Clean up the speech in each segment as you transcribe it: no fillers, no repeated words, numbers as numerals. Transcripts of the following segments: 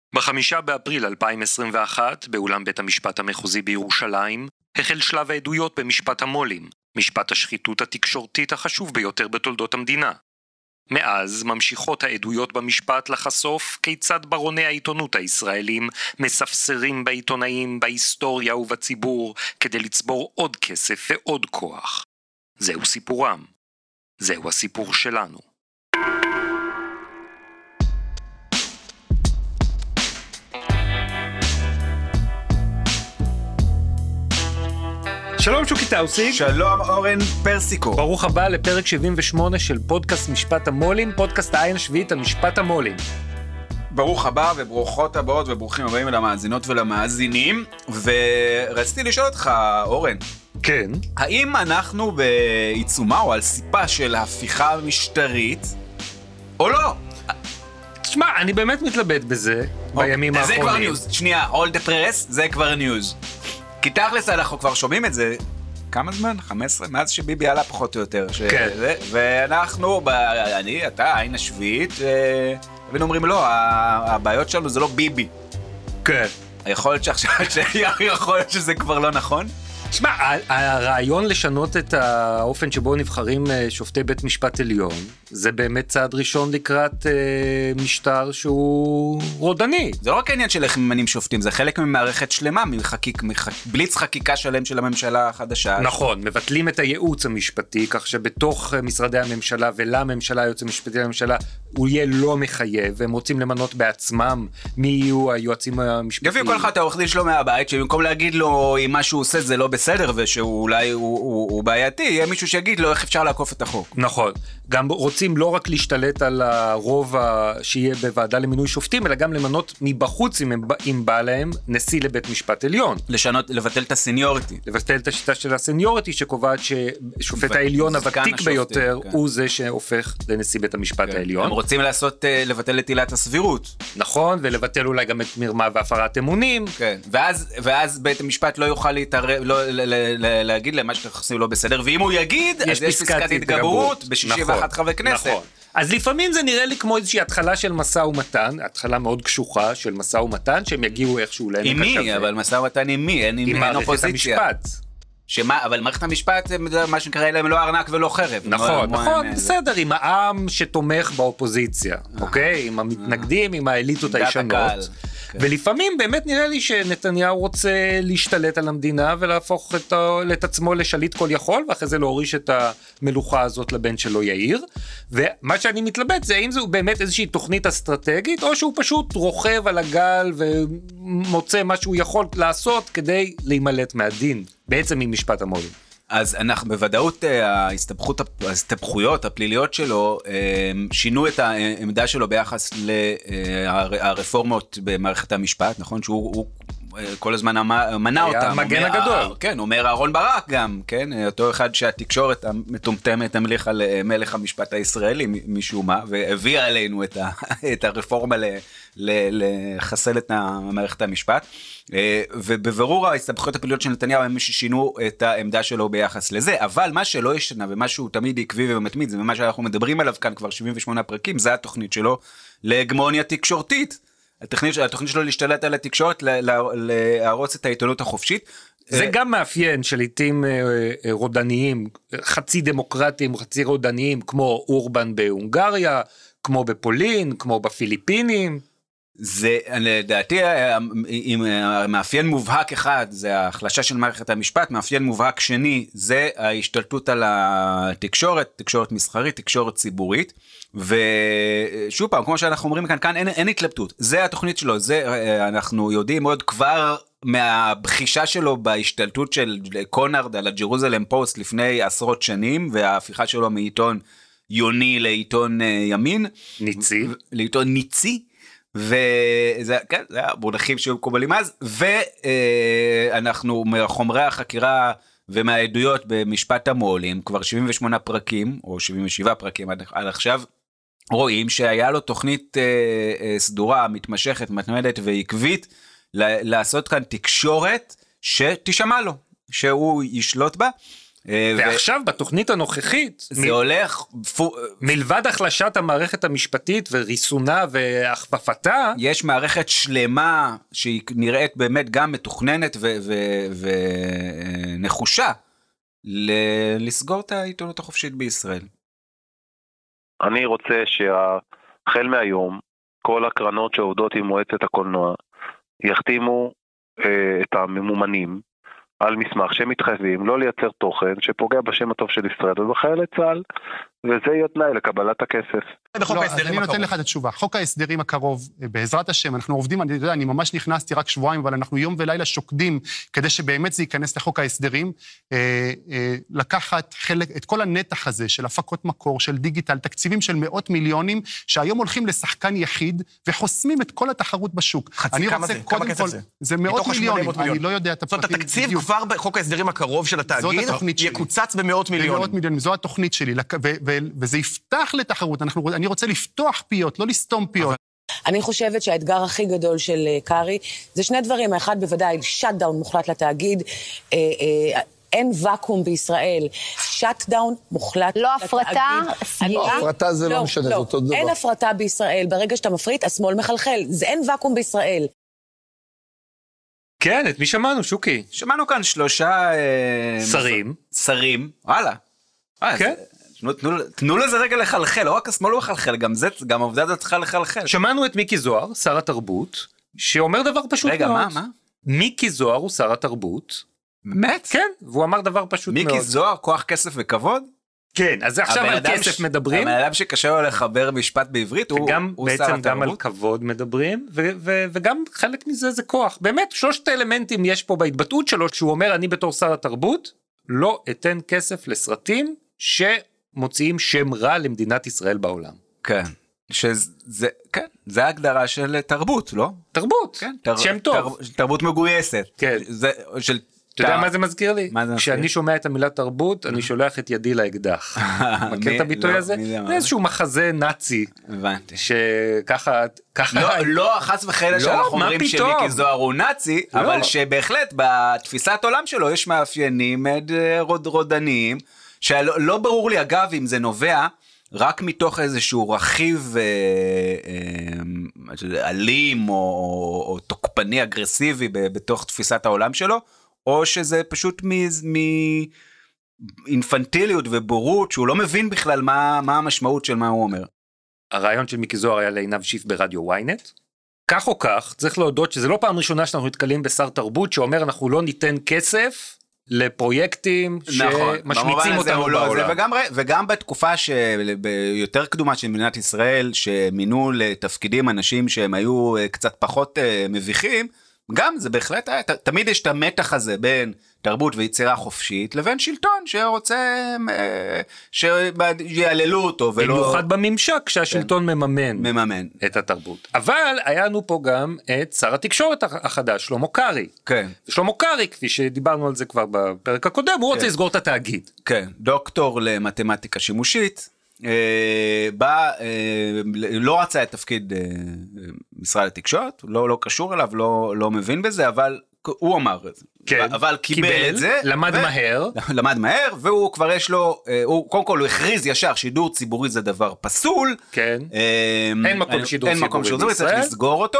ב5 באפריל 2021, באולם בית המשפט המחוזי בירושלים, החל שלב העדויות במשפט המולים, משפט השחיתות התקשורתית החשוב ביותר בתולדות המדינה. מאז ממשיכות העדויות במשפט לחשוף כיצד ברוני העיתונות הישראלים מספסרים בעיתונאים, בהיסטוריה ובציבור כדי לצבור עוד כסף ועוד כוח. זהו סיפורם. זהו הסיפור שלנו. שלום שוקי טאוסיג. שלום אורן פרסיקו. ברוך הבא לפרק 78 של פודקאסט משפט המולים, פודקאסט העין השביעית על משפט המולים. ברוך הבא וברוכות הבאות וברוכים הבאים למאזינות ולמאזינים. ורציתי לשאול אותך אורן. כן. האם אנחנו בעיצומה או על סיפה של הפיכה משטרית או לא? תשמע, אני באמת מתלבט בזה בימים האחרונים. זה כבר ניוז. שנייה, all the press, זה כבר ניוז. כי תכלס אנחנו כבר שומעים את זה, כמה זמן? 15? מאז שביבי עלה פחות או יותר. כן. ואנחנו, אתה, העין השביעית, ואומרים לא, הבעיות שלנו זה לא ביבי. כן. יכול להיות שזה כבר לא נכון? תשמע, הרעיון לשנות את האופן שבו נבחרים שופטי בית משפט עליון, זה באמת צעד ראשון לקראת משטר שהוא רודני. זה לא רק העניין של איך ממנים שופטים, זה חלק ממערכת שלמה, בליץ חקיקה שלם של הממשלה החדשה. נכון, מבטלים את הייעוץ המשפטי, כך שבתוך משרדי הממשלה ולממשלה, הייעוץ המשפטי לממשלה, הוא יהיה לא מחייב, והם רוצים למנות בעצמם מי יהיו היועצים המשפטיים. יפי כל אחד את העורך דין שלו מהבית, שבמקום להגיד לו אם מה שהוא עושה זה לא בסדר, ושאולי הוא בעייתי, יהיה מישהו שיגיד לו איך אפשר לעקוף את החוק. נכון. גם רוצים לא רק להשתלט על הרוב שיהיה בוועדה למינוי שופטים, אלא גם למנות מבחוץ, אם בא להם, נשיא לבית משפט עליון. לבטל את הסניוריטי. לבטל את השיטה של הסניוריטי, שקובעת ששופט העליון הוותיק ביותר, הוא זה שהופך לנשיא בית המשפט העליון. הם רוצים לבטל את עילת הסבירות. נכון, ולבטל אולי גם את מרמה והפרת אמונים. כן, ואז בית המשפט לא יוכל להגיד להם מה שתחסים לא בסדר, ואם הוא יגיד, אז יש פסקת התגברות ב-61 חברי כנסת. נכון. אז לפעמים זה נראה לי כמו איזושהי התחלה של מסע ומתן, התחלה מאוד קשוחה של מסע ומתן, שהם יגיעו איכשהו לעמק השווה. עם מי? אבל מסע ומתן עם מי? אין אופוזיציה. אבל מערכת המשפט, מה שנקרא להם לא ארנק ולא חרב. נכון, בסדר, עם העם שתומך באופוזיציה, אוקיי? עם המתנגדים, עם האליטות הישנות. ולפעמים באמת נראה לי שנתניהו רוצה להשתלט על המדינה ולהפוך את עצמו לשליט כל יכול, ואחרי זה להוריש את המלוכה הזאת לבן שלו יאיר. ומה שאני מתלבט זה האם זו באמת איזושהי תוכנית אסטרטגית, או שהוא פשוט רוכב על הגל ומוצא מה שהוא יכול לעשות כדי להימלט מהדין, בעצם ממשפט המולים. אז אנחנו בוודאות ההסתבכויות הפליליות שלו שינו את העמדה שלו ביחס לרפורמות במערכת המשפט, נכון? שהוא כל הזמן מנע אותם. היה המגן הגדול. כן, אומר אהרון ברק גם, כן? אותו אחד שהתקשורת המטומטמת המליך על מלך המשפט הישראלי משום מה, והביאה עלינו את הרפורמה לחסל את מערכת המשפט. ובבירור ההסתבכויות הפליליות של נתניהו הם ששינו את העמדה שלו ביחס לזה, אבל מה שלא ישנה ומה שהוא תמיד עקבי ומתמיד, זה מה שאנחנו מדברים עליו כאן כבר 78 פרקים, זה התוכנית שלו להגמוניה תקשורתית. התוכנית שלו להשתלט על התקשורת, להרוס את העיתונות החופשית. זה גם מאפיין של עיתים רודניים, חצי דמוקרטיים, חצי רודניים, כמו אורבן בהונגריה, כמו בפולין, כמו בפיליפינים. זה, לדעתי, מאפיין מובהק אחד, זה ההחלשה של מערכת המשפט, מאפיין מובהק שני, זה ההשתלטות על התקשורת, תקשורת מסחרית, תקשורת ציבורית, ושוב פעם, כמו שאנחנו אומרים כאן אין התלבטות, זה התוכנית שלו, זה אנחנו יודעים עוד כבר מהבחישה שלו בהשתלטות של קונרד על הג'רוזלם פוסט לפני עשרות שנים, וההפיכה שלו מעיתון יוני לעיתון ימין, ניצי, לעיתון ניצי, וזה, כן, זה המונחים שהיו מקובלים אז, ואנחנו מחומרי החקירה ומהעדויות במשפט המולים, כבר 78 פרקים, או 77 פרקים עד עכשיו, רואים שהיה לו תוכנית סדורה, מתמשכת, מתמדת ועקבית, לעשות כאן תקשורת שתשמע לו, שהוא ישלוט בה, ועכשיו בתוכנית הנוכחית, זה הולך... מלבד החלשת המערכת המשפטית וריסונה והכפפתה, יש מערכת שלמה שהיא נראית באמת גם מתוכננת ונחושה לסגור את העיתונות החופשית בישראל. אני רוצה שהחל מהיום, כל הקרנות שעובדות עם מועצת הקולנוע, יחתימו את הממומנים על מסמך שמתחייבים לא לייצר תוכן שפוגע בשם הטוב של ישראל ובחיילי צה"ל, וזה יהיה תנאי לקבלת הכסף. אני נותן לך את התשובה. חוק ההסדרים הקרוב, בעזרת השם, אנחנו עובדים, אני ממש נכנסתי רק שבועיים, אבל אנחנו יום ולילה שוקדים כדי שבאמת זה ייכנס לחוק ההסדרים, לקחת חלק, את כל הנתח הזה של הפקות מקור, של דיגיטל, תקציבים של מאות מיליונים, שהיום הולכים לשחקן יחיד, וחוסמים את כל התחרות בשוק. כמה זה? כמה כסף זה? זה מאות מיליונים, אני לא יודע את הפרטים. זאת אומרת, התקציב כבר בחוק ההסדרים הקרוב של התאגיד, יקוצץ במאות מיליונים. זו התוכנית שלי, וזה יפתח לתחרות. אני רוצה לפתוח פיות, לא לסתום פיות. אני חושבת שהאתגר הכי גדול של קרי, זה שני דברים, האחד בוודאי, שאט-דאון מוחלט לתאגיד, אין ואקום בישראל, שאט-דאון מוחלט לא הפרטה, הפרטה זה לא משנה, זה אותו דבר. אין הפרטה בישראל, ברגע שאתה מפריט, השמאל מחלחל, זה אין ואקום בישראל. כן, את מי שמענו, שוקי? שמענו כאן 3 שרים, וואלה. כן. תנו לזה רגע לחלחל, לא רק השמאל הוא מחלחל, גם העובדה הזאת צריכה לחלחל. שמענו את מיקי זוהר, שר התרבות, שאומר דבר פשוט מאוד. רגע, מה? מיקי זוהר הוא שר התרבות. באמת? כן, והוא אמר דבר פשוט מאוד. מיקי זוהר, כוח, כסף וכבוד? כן, אז עכשיו על כסף מדברים. הבן אדם שקשה לו לחבר משפט בעברית, הוא שר התרבות. בעצם גם על כבוד מדברים, וגם חלק מזה זה כוח. באמת, 3 אלמנטים יש פה בהתבטאות שלו, שהוא אומר, אני בתור שר התרבות, לא אתן כסף לסרטים שמוציאים שם רע למדינת ישראל בעולם. כן, כן, זה ההגדרה של תרבות, לא? תרבות, שם טוב. תרבות מגויסת. כן. אתה יודע מה זה מזכיר לי? כשאני שומע את המילה תרבות, אני שולח את ידי לאקדח. מכיר את הביטוי הזה? זה איזשהו מחזה נאצי. הבנתי. שככה... לא, חס וחלילה שאנחנו אומרים שמיקי זוהר הוא נאצי, אבל שבהחלט בתפיסת עולם שלו יש מאפיינים רודניים, שלא ברור לי אגב אם זה נובע רק מתוך איזשהו רכיב אלים או תוקפני אגרסיבי בתוך תפיסת העולם שלו, או שזה פשוט מאינפנטיליות ובורות, שהוא לא מבין בכלל מה המשמעות של מה הוא אומר. הרעיון של מיקי זוהר היה לעינב שיף ברדיו וויינט. כך או כך, צריך להודות שזה לא פעם ראשונה שאנחנו נתקלים בשר תרבות, שאומר אנחנו לא ניתן כסף לפרויקטים שמשמיצים אותנו בעולם. וגם בתקופה שיותר קדומה של מדינת ישראל, שמינו לתפקידים אנשים שהם היו קצת פחות מביכים, גם זה בהחלט היה, תמיד יש את המתח הזה בין תרבות ויצירה חופשית, לבין שלטון שרוצה שיעללו אותו. במיוחד בממשק שהשלטון מממן את התרבות. אבל היה לנו פה גם את שר התקשורת החדש, שלמה קרעי. כן. שלמה קרעי, כפי שדיברנו על זה כבר בפרק הקודם, הוא רוצה לסגור את התאגיד. כן, דוקטור למתמטיקה שימושית. לא רצה את תפקיד משרד התקשורת, לא קשור אליו, לא מבין בזה, אבל הוא אמר את זה. כן, אבל קיבל את זה. למד מהר, והוא כבר יש לו, קודם כל הוא הכריז ישר, שידור ציבורי זה דבר פסול. כן. אין מקום שידור ציבורי בישראל. צריך לסגור אותו,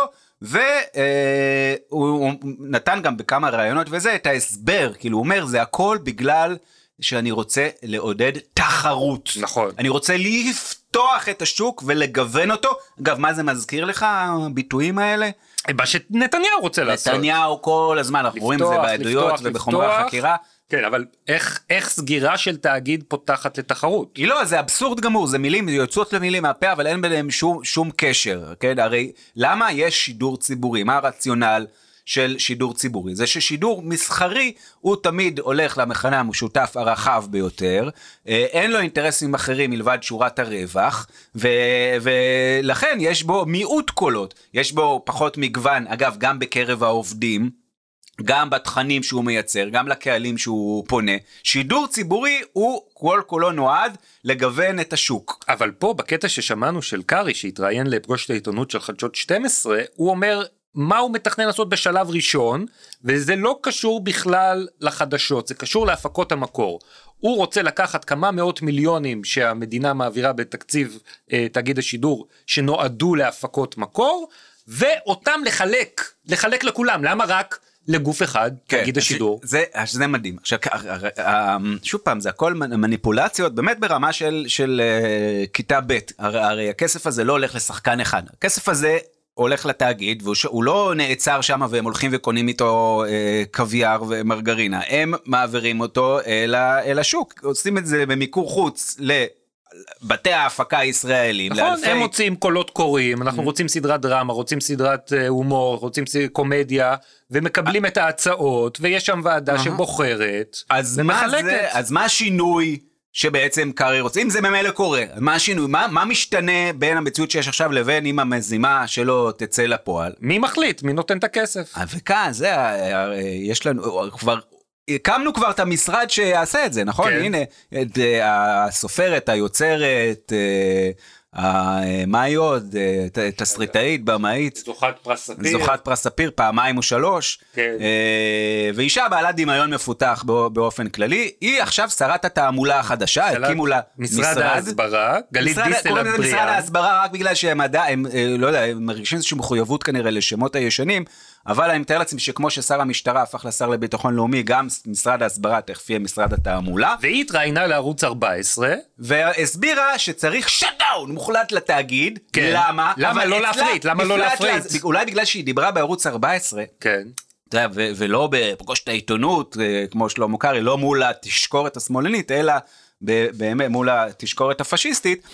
והוא נתן גם בכמה רעיונות וזה, את ההסבר, כאילו הוא אומר, זה הכל בגלל שאני רוצה לעודד תחרות. נכון. אני רוצה לפתוח את השוק ולגוון אותו. אגב, מה זה מזכיר לך, הביטויים האלה? מה שנתניהו רוצה לעשות. נתניהו כל הזמן, אנחנו רואים את זה בעדויות ובחומרי החקירה. כן, אבל איך סגירה של תאגיד פותחת לתחרות? לא, זה אבסורד גמור, זה מילים, זה יוצאות למילים מהפה, אבל אין ביניהם שום קשר. כן? הרי למה יש שידור ציבורי? מה הרציונל של שידור ציבורי? זה ששידור מסחרי הוא תמיד הולך למכנה המשותף הרחב ביותר, אין לו אינטרסים אחרים מלבד שורת הרווח, ולכן יש בו מיעוט קולות, יש בו פחות מגוון, אגב גם בקרב העובדים, גם בתכנים שהוא מייצר, גם לקהלים שהוא פונה. שידור ציבורי הוא כל כולו נועד לגוון את השוק. אבל פה בקטע ששמענו של קרי שהתראיין לפגוש את העיתונות של חדשות 12, הוא אומר מה הוא מתכנן לעשות בשלב ראשון, וזה לא קשור בכלל לחדשות, זה קשור להפקות המקור. הוא רוצה לקחת כמה מאות מיליונים שהמדינה מעבירה בתקציב תאגיד השידור, שנועדו להפקות מקור, ואותם לחלק לכולם. למה רק לגוף אחד, תאגיד השידור? זה מדהים. עכשיו, שוב פעם, זה הכל מניפולציות, באמת ברמה של כיתה ב'. הרי הכסף הזה לא הולך לשחקן אחד. הכסף הזה הולך לתאגיד, והוא לא נעצר שם, והם הולכים וקונים איתו קוויאר ומרגרינה. הם מעבירים אותו אל השוק. עושים את זה במיקור חוץ לבתי ההפקה הישראלים. נכון, הם מוצאים קולות קוראים, אנחנו רוצים סדרת דרמה, רוצים סדרת הומור, רוצים קומדיה, ומקבלים את ההצעות, ויש שם ועדה שבוחרת, ומחלקת. אז מה השינוי שבעצם קארי רוצה? אם זה ממילא קורה, מה השינוי? מה משתנה בין המציאות שיש עכשיו לבין אם המזימה שלו תצא לפועל? מי מחליט? מי נותן את הכסף? וכאן, יש לנו, הקמנו כבר את המשרד שיעשה את זה, נכון? הנה, הסופרת, היוצרת, מה היא עוד? תסריטאית, במאית. זוכת פרס ספיר, פעמיים או 3. ואישה בעלת דמיון מפותח באופן כללי. היא עכשיו שרת התעמולה החדשה, הקימו לה משרד ההסברה, גלית דיסטל אטבריאן. משרד ההסברה רק בגלל שהם לא יודע, הם מרגישים איזושהי מחויבות כנראה לשמות הישנים, אבל אני מתאר לעצמי שכמו ששר המשטרה הפך לשר לביטחון לאומי, גם משרד ההסברה תכף יהיה משרד התעמולה. והיא התראיינה לערוץ 14. והסבירה שצריך שטאון מוחלט לתאגיד. כן. למה? למה לא להפריט? למה לא להפריט? אולי בגלל שהיא דיברה בערוץ 14. כן. ולא בפגוש את העיתונות, כמו שלמה קרעי, לא מול התשקורת השמאלנית, אלא באמת מול התשקורת הפשיסטית,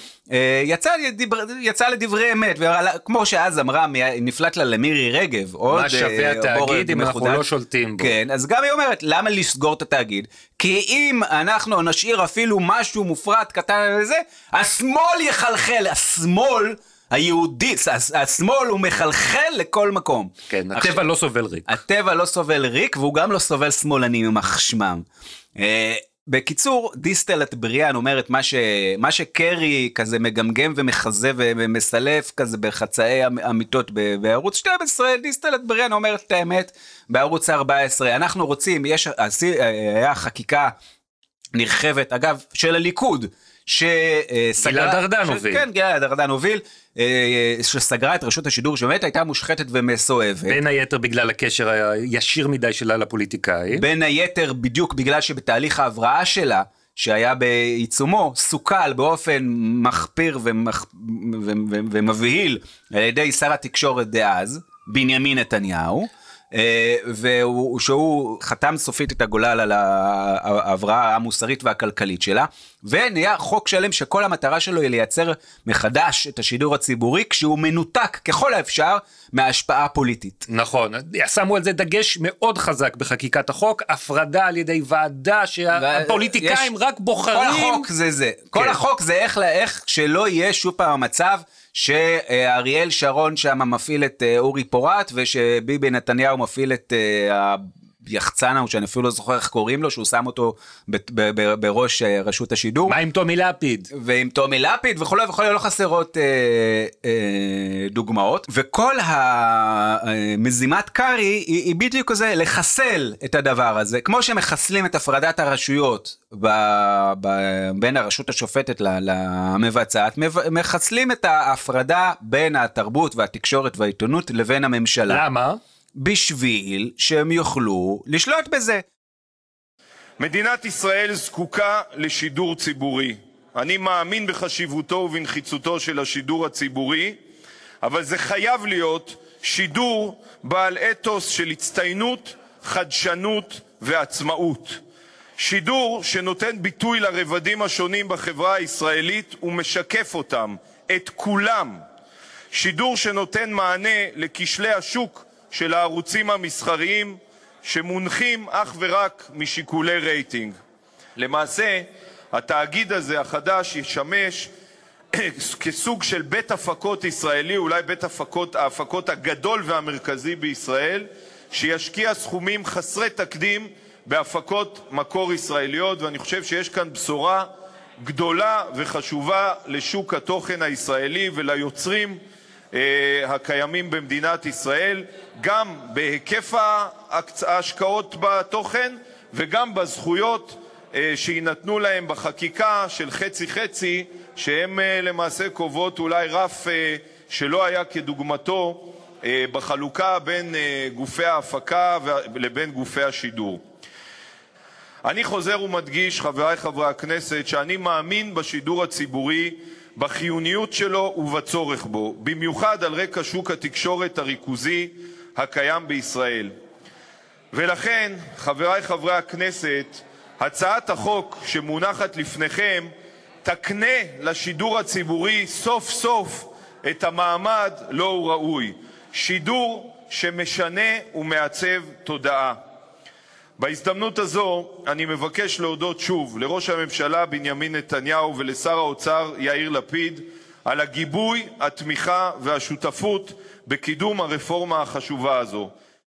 יצא לדברי אמת, וכמו שאז אמרה, נפלט לה למירי רגב, מה שווה התאגיד אם אנחנו לא שולטים בו. כן, אז גם היא אומרת, למה לסגור את התאגיד? כי אם אנחנו נשאיר אפילו משהו מופרט קטן לזה, השמאל יחלחל, השמאל היהודי, השמאל הוא מחלחל לכל מקום. כן, הטבע לא סובל ריק. הטבע לא סובל ריק, והוא גם לא סובל שמאלנים עם החשמם. בקיצור, דיסטל אטבריאן אומרת מה שקרי כזה מגמגם ומחזה ומסלף כזה בחצאי אמיתות בערוץ 12, דיסטל אטבריאן אומרת את האמת בערוץ 14. אנחנו רוצים, היה חקיקה נרחבת, אגב, של הליכוד, גלעד ארדן הוביל. כן, גלעד ארדן הוביל, שסגרה את רשות השידור, שבאמת הייתה מושחתת ומסואבת. בין היתר בגלל הקשר הישיר מדי שלה לפוליטיקאים. בין היתר בדיוק בגלל שבתהליך ההבראה שלה, שהיה בעיצומו, סוכל באופן מחפיר ומבהיל על ידי שר התקשורת דאז, בנימין נתניהו, שהוא חתם סופית את הגולל על ההבראה המוסרית והכלכלית שלה, ונהיה חוק שלם שכל המטרה שלו היא לייצר מחדש את השידור הציבורי, כשהוא מנותק ככל האפשר מההשפעה הפוליטית. נכון, שמו על זה דגש מאוד חזק בחקיקת החוק, הפרדה על ידי ועדה שהפוליטיקאים רק בוחרים. כל החוק זה זה. כל החוק זה איך שלא יהיה שוב פעם המצב, שאריאל שרון שם מפעיל את אורי פורט, ושביבי נתניהו מפעיל את יחצנה, או שאני אפילו לא זוכר איך קוראים לו, שהוא שם אותו בראש רשות השידור. מה עם תומי לפיד? ועם תומי לפיד וכו' וכו', לא חסרות דוגמאות. וכל המזימת קרי היא בדיוק כזה, לחסל את הדבר הזה, כמו שמחסלים את הפרדת הרשויות בין הרשות השופטת למבצעת, מחסלים את ההפרדה בין התרבות והתקשורת והעיתונות לבין הממשלה. למה? בשביל שהם יוכלו לשלוט בזה. מדינת ישראל זקוקה לשידור ציבורי. אני מאמין בחשיבותו ובנחיצותו של השידור הציבורי, אבל זה חייב להיות שידור בעל אתוס של הצטיינות, חדשנות ועצמאות. שידור שנותן ביטוי לרבדים השונים בחברה הישראלית ומשקף אותם, את כולם. שידור שנותן מענה לכשלי השוק של הערוצים המסחריים שמונחים אך ורק משיקולי רייטינג. למעשה, התאגיד הזה החדש ישמש כסוג של בית הפקות ישראלי, אולי בית ההפקות הגדול והמרכזי בישראל, שישקיע סכומים חסרי תקדים בהפקות מקור ישראליות, ואני חושב שיש כאן בשורה גדולה וחשובה לשוק התוכן הישראלי וליוצרים הקיימים במדינת ישראל, גם בהיקף ההשקעות בתוכן וגם בזכויות שיינתנו להם בחקיקה של חצי-חצי, שהם למעשה קובעות אולי רף שלא היה כדוגמתו בחלוקה בין גופי ההפקה לבין גופי השידור. אני חוזר ומדגיש, חבריי חברי הכנסת, שאני מאמין בשידור הציבורי, בחיוניות שלו ובצורך בו, במיוחד על רקע שוק התקשורת הריכוזי הקיים בישראל. ולכן, חבריי חברי הכנסת, הצעת החוק שמונחת לפניכם תקנה לשידור הציבורי סוף סוף את המעמד לו הוא ראוי, שידור שמשנה ומעצב תודעה. בהזדמנות הזו אני מבקש להודות שוב לראש הממשלה בנימין נתניהו ולשר האוצר יאיר לפיד על הגיבוי, התמיכה והשותפות בקידום הרפורמה החשובה הזו.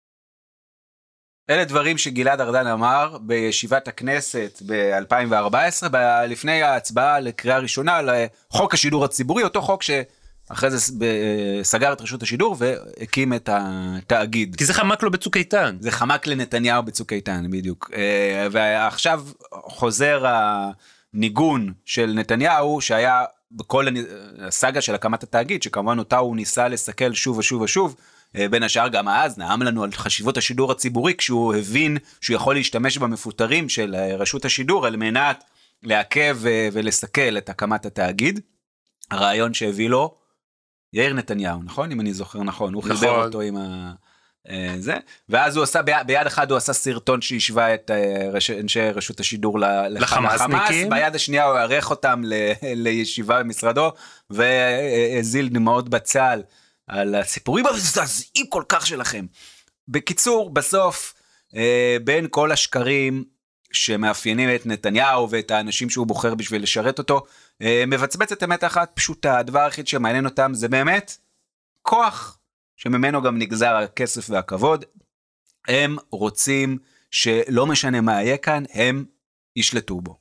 אלה דברים שגלעד ארדן אמר בישיבת הכנסת ב-2014, לפני ההצבעה לקריאה ראשונה על חוק השידור הציבורי, אותו חוק שאחרי זה סגר את רשות השידור והקים את התאגיד. כי זה חמק לו בצוק איתן. זה חמק לנתניהו בצוק איתן, בדיוק. ועכשיו חוזר הניגון של נתניהו, שהיה בכל הסגה של הקמת התאגיד, שכמובן אותה הוא ניסה לסכל שוב ושוב ושוב, בין השאר גם אז נעם לנו על חשיבות השידור הציבורי, כשהוא הבין שהוא יכול להשתמש במפוטרים של רשות השידור, על מנת לעכב ולסכל את הקמת התאגיד. הרעיון שהביא לו יאיר נתניהו, נכון? אם אני זוכר נכון, הוא חיבר אותו עם זה, ואז הוא עשה, ביד אחד הוא עשה סרטון שהשווה את אנשי רשות השידור לחמאס, ביד השנייה הוא ערך אותם לישיבה במשרדו, והזיל דמעות בצל על הסיפורים המזעזעים כל כך שלכם. בקיצור, בסוף, בין כל השקרים שמאפיינים את נתניהו ואת האנשים שהוא בוחר בשביל לשרת אותו, מבצבצת אמת אחת פשוטה. הדבר היחיד שמעניין אותם זה באמת כוח, שממנו גם נגזר הכסף והכבוד. הם רוצים שלא משנה מה יהיה כאן, הם ישלטו בו.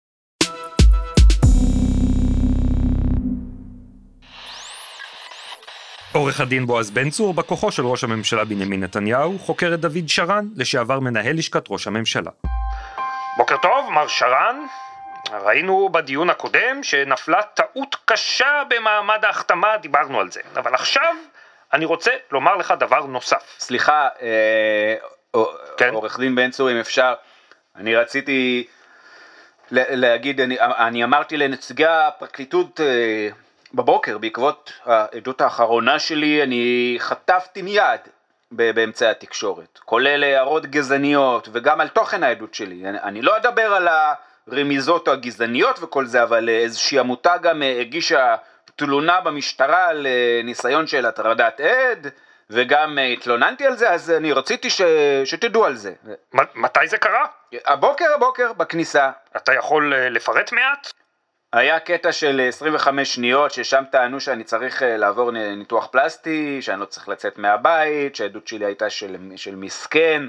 עורך הדין בועז בן צור, בכוחו של ראש הממשלה בנימין נתניהו, חוקר את דוד שרן, לשעבר מנהל לשכת ראש הממשלה. בוקר טוב, מר שרן. ראינו בדיון הקודם שנפלה טעות קשה במעמד ההחתמה, דיברנו על זה. אבל עכשיו אני רוצה לומר לך דבר נוסף. סליחה, כן? עורך דין בן צור, אם אפשר, אני רציתי להגיד, אני אמרתי לנציגי הפרקליטות בבוקר, בעקבות העדות האחרונה שלי, אני חטפתי מיד באמצעי התקשורת, כולל הערות גזעניות, וגם על תוכן העדות שלי. אני לא אדבר על הרמיזות הגזעניות וכל זה, אבל איזושהי עמותה גם הגישה תלונה במשטרה על ניסיון של הטרדת עד, וגם התלוננתי על זה, אז אני רציתי שתדעו על זה. מתי זה קרה? הבוקר בכניסה. אתה יכול לפרט מעט? היה קטע של 25 שניות ששם טענו שאני צריך לעבור ניתוח פלסטי, שאני לא צריך לצאת מהבית, שהעדות שלי הייתה של מסכן.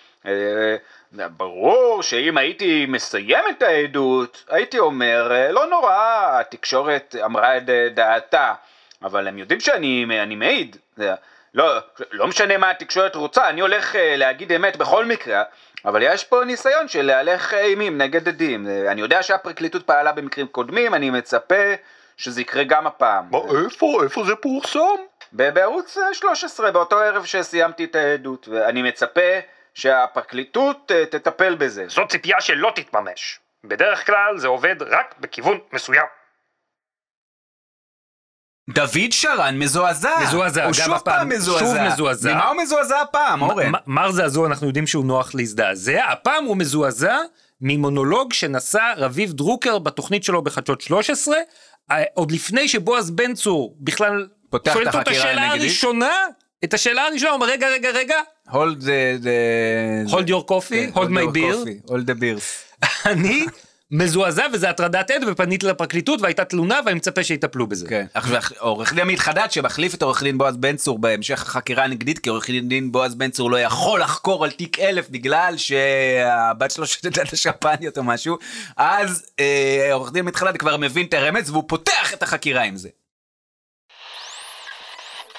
ברור שאם הייתי מסיים את העדות, הייתי אומר, לא נורא, התקשורת אמרה את דעתה, אבל הם יודעים שאני מעיד. לא משנה מה התקשורת רוצה, אני הולך להגיד אמת בכל מקרה, אבל יש פה ניסיון של להלך אימים נגד עדים. אני יודע שהפרקליטות פעלה במקרים קודמים, אני מצפה שזה יקרה גם הפעם. איפה זה פורסם? בערוץ 13, באותו ערב שסיימתי את העדות, ואני מצפה שהפרקליטות תטפל בזה. זאת ציפייה שלא תתממש. בדרך כלל זה עובד רק בכיוון מסוים. דוד שרן מזועזע. מזועזע, הוא שוב פעם מזועזע. שוב מזועזע. ממה הוא מזועזע הפעם, אורן? מר זעזוע, אנחנו יודעים שהוא נוח להזדעזע. הפעם הוא מזועזע ממונולוג שנשא רביב דרוקר בתוכנית שלו בחדשות 13, עוד לפני שבועז בן צור בכלל שואל את השאלה הראשונה, את השאלה הראשונה, הוא אומר, רגע. Hold your coffee, hold my beer. Hold the beers. אני מזועזע, וזה הטרדת עד, ופניתי לפרקליטות, והייתה תלונה, ואני מצפה שיטפלו בזה. כן, עורך דין עמית חדד, שמחליף את עורך דין בועז בן צור, בהמשך החקירה הנגדית, כי עורך דין בועז בן צור לא יכול לחקור על תיק 1000, בגלל שהבת שלו שתתה את השפניות או משהו, אז עורך דין עמית חדד כבר מבין את הרמז, והוא פותח את החקירה עם זה.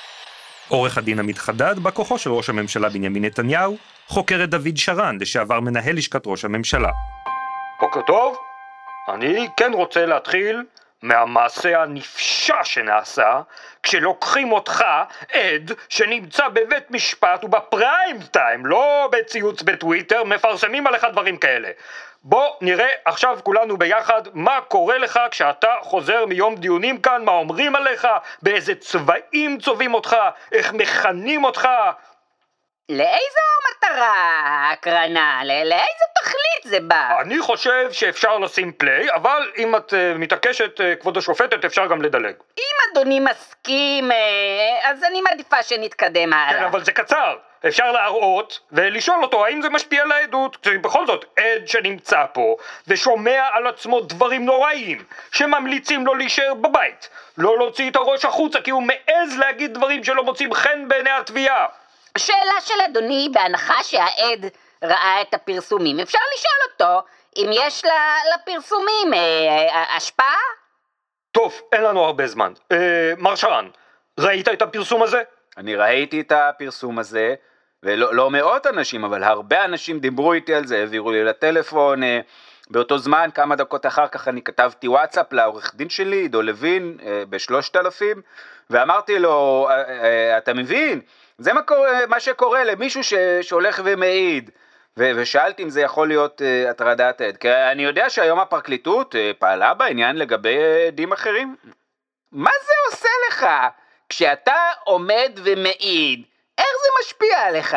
עורך הדין עמית חדד, בכוחו של ראש הממשלה בנימין נתניהו, חוקר את דוד שרן, לשעבר מנהל לשכת ראש הממשלה. בוקר טוב, אני כן רוצה להתחיל מהמעשה הנפשע שנעשה, כשלוקחים אותך, עד, שנמצא בבית משפט ובפריים טיים, לא בציוץ בטוויטר, מפרסמים עליך דברים כאלה. בוא נראה עכשיו כולנו ביחד מה קורה לך כשאתה חוזר מיום דיונים כאן, מה אומרים עליך, באיזה צבעים צובעים אותך, איך מכנים אותך. לאיזו מטרה הקרנה? לאיזו תכלית זה בא? אני חושב שאפשר לשים פליי, אבל אם את מתעקשת, כבוד השופטת, אפשר גם לדלג. אם אדוני מסכים, אז אני מעדיפה שנתקדם הלאה. כן, אבל זה קצר. אפשר להראות ולשאול אותו האם זה משפיע על העדות. בכל זאת, עד שנמצא פה ושומע על עצמו דברים נוראים שממליצים לו להישאר בבית, לא להוציא את הראש החוצה כי הוא מעז להגיד דברים שלא מוצאים חן בעיני התביעה. שאלה של אדוני, בהנחה שהעד ראה את הפרסומים, אפשר לשאול אותו אם יש לפרסומים השפעה? טוב, אין לנו הרבה זמן. מר שרן, ראית את הפרסום הזה? אני ראיתי את הפרסום הזה, ולא מאות אנשים, אבל הרבה אנשים דיברו איתי על זה, העבירו לי לטלפון. באותו זמן, כמה דקות אחר כך אני כתבתי וואטסאפ לעורך דין שלי, עידו לוין, ב-3,000, ואמרתי לו, אתה מבין? זה מה שקורה למישהו שהולך ומעיד, ושאלתי אם זה יכול להיות הטרדת עד, כי אני יודע שהיום הפרקליטות פעלה בעניין לגבי עדים אחרים. מה זה עושה לך? כשאתה עומד ומעיד, איך זה משפיע עליך?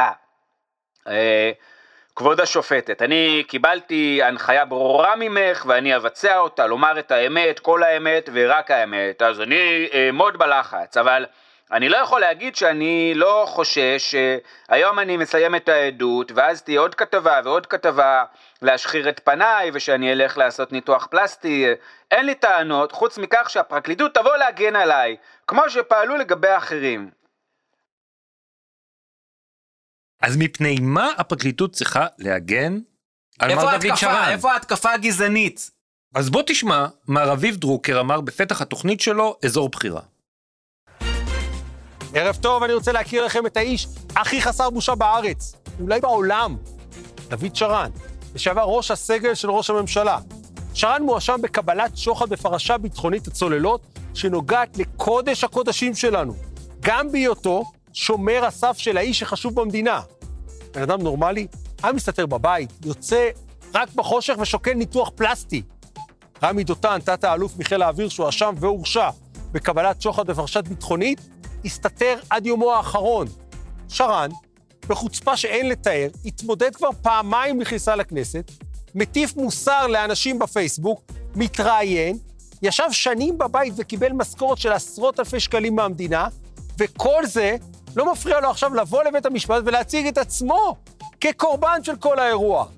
כבוד השופטת, אני קיבלתי הנחיה ברורה ממך, ואני אבצע אותה, לומר את האמת, כל האמת ורק האמת, אז אני מאוד בלחץ, אבל אני לא יכול להגיד שאני לא חושש שהיום אני מסיים את העדות, ואז תהיה עוד כתבה ועוד כתבה להשחיר את פניי, ושאני אלך לעשות ניתוח פלסטי. אין לי טענות, חוץ מכך שהפרקליטות תבוא להגן עליי, כמו שפעלו לגבי האחרים. אז מפני מה הפרקליטות צריכה להגן על מר דוד שרן? איפה ההתקפה הגזענית? אז בוא תשמע מה רביב דרוקר אמר בפתח התוכנית שלו, אזור בחירה. ערב טוב, אני רוצה להכיר לכם את האיש הכי חסר בושה בארץ, אולי בעולם, דוד שרן, לשעבר ראש הסגל של ראש הממשלה. שרן מואשם בקבלת שוחד בפרשה ביטחונית הצוללות, שנוגעת לקודש הקודשים שלנו, גם בהיותו שומר הסף של האיש שחשוב במדינה. בן אדם נורמלי, היה מסתתר בבית, יוצא רק בחושך ושוקל ניתוח פלסטי. רמי דותן, תת האלוף מחיל האוויר שהואשם והורשע בקבלת שוחד בפרשת ביטחונית, הסתתר עד יומו האחרון. שרן, בחוצפה שאין לתאר, התמודד כבר פעמיים לכניסה לכנסת, מטיף מוסר לאנשים בפייסבוק, מתראיין, ישב שנים בבית וקיבל משכורת של עשרות אלפי שקלים מהמדינה, וכל זה לא מפריע לו עכשיו לבוא לבית המשפט ולהציג את עצמו כקורבן של כל האירוע.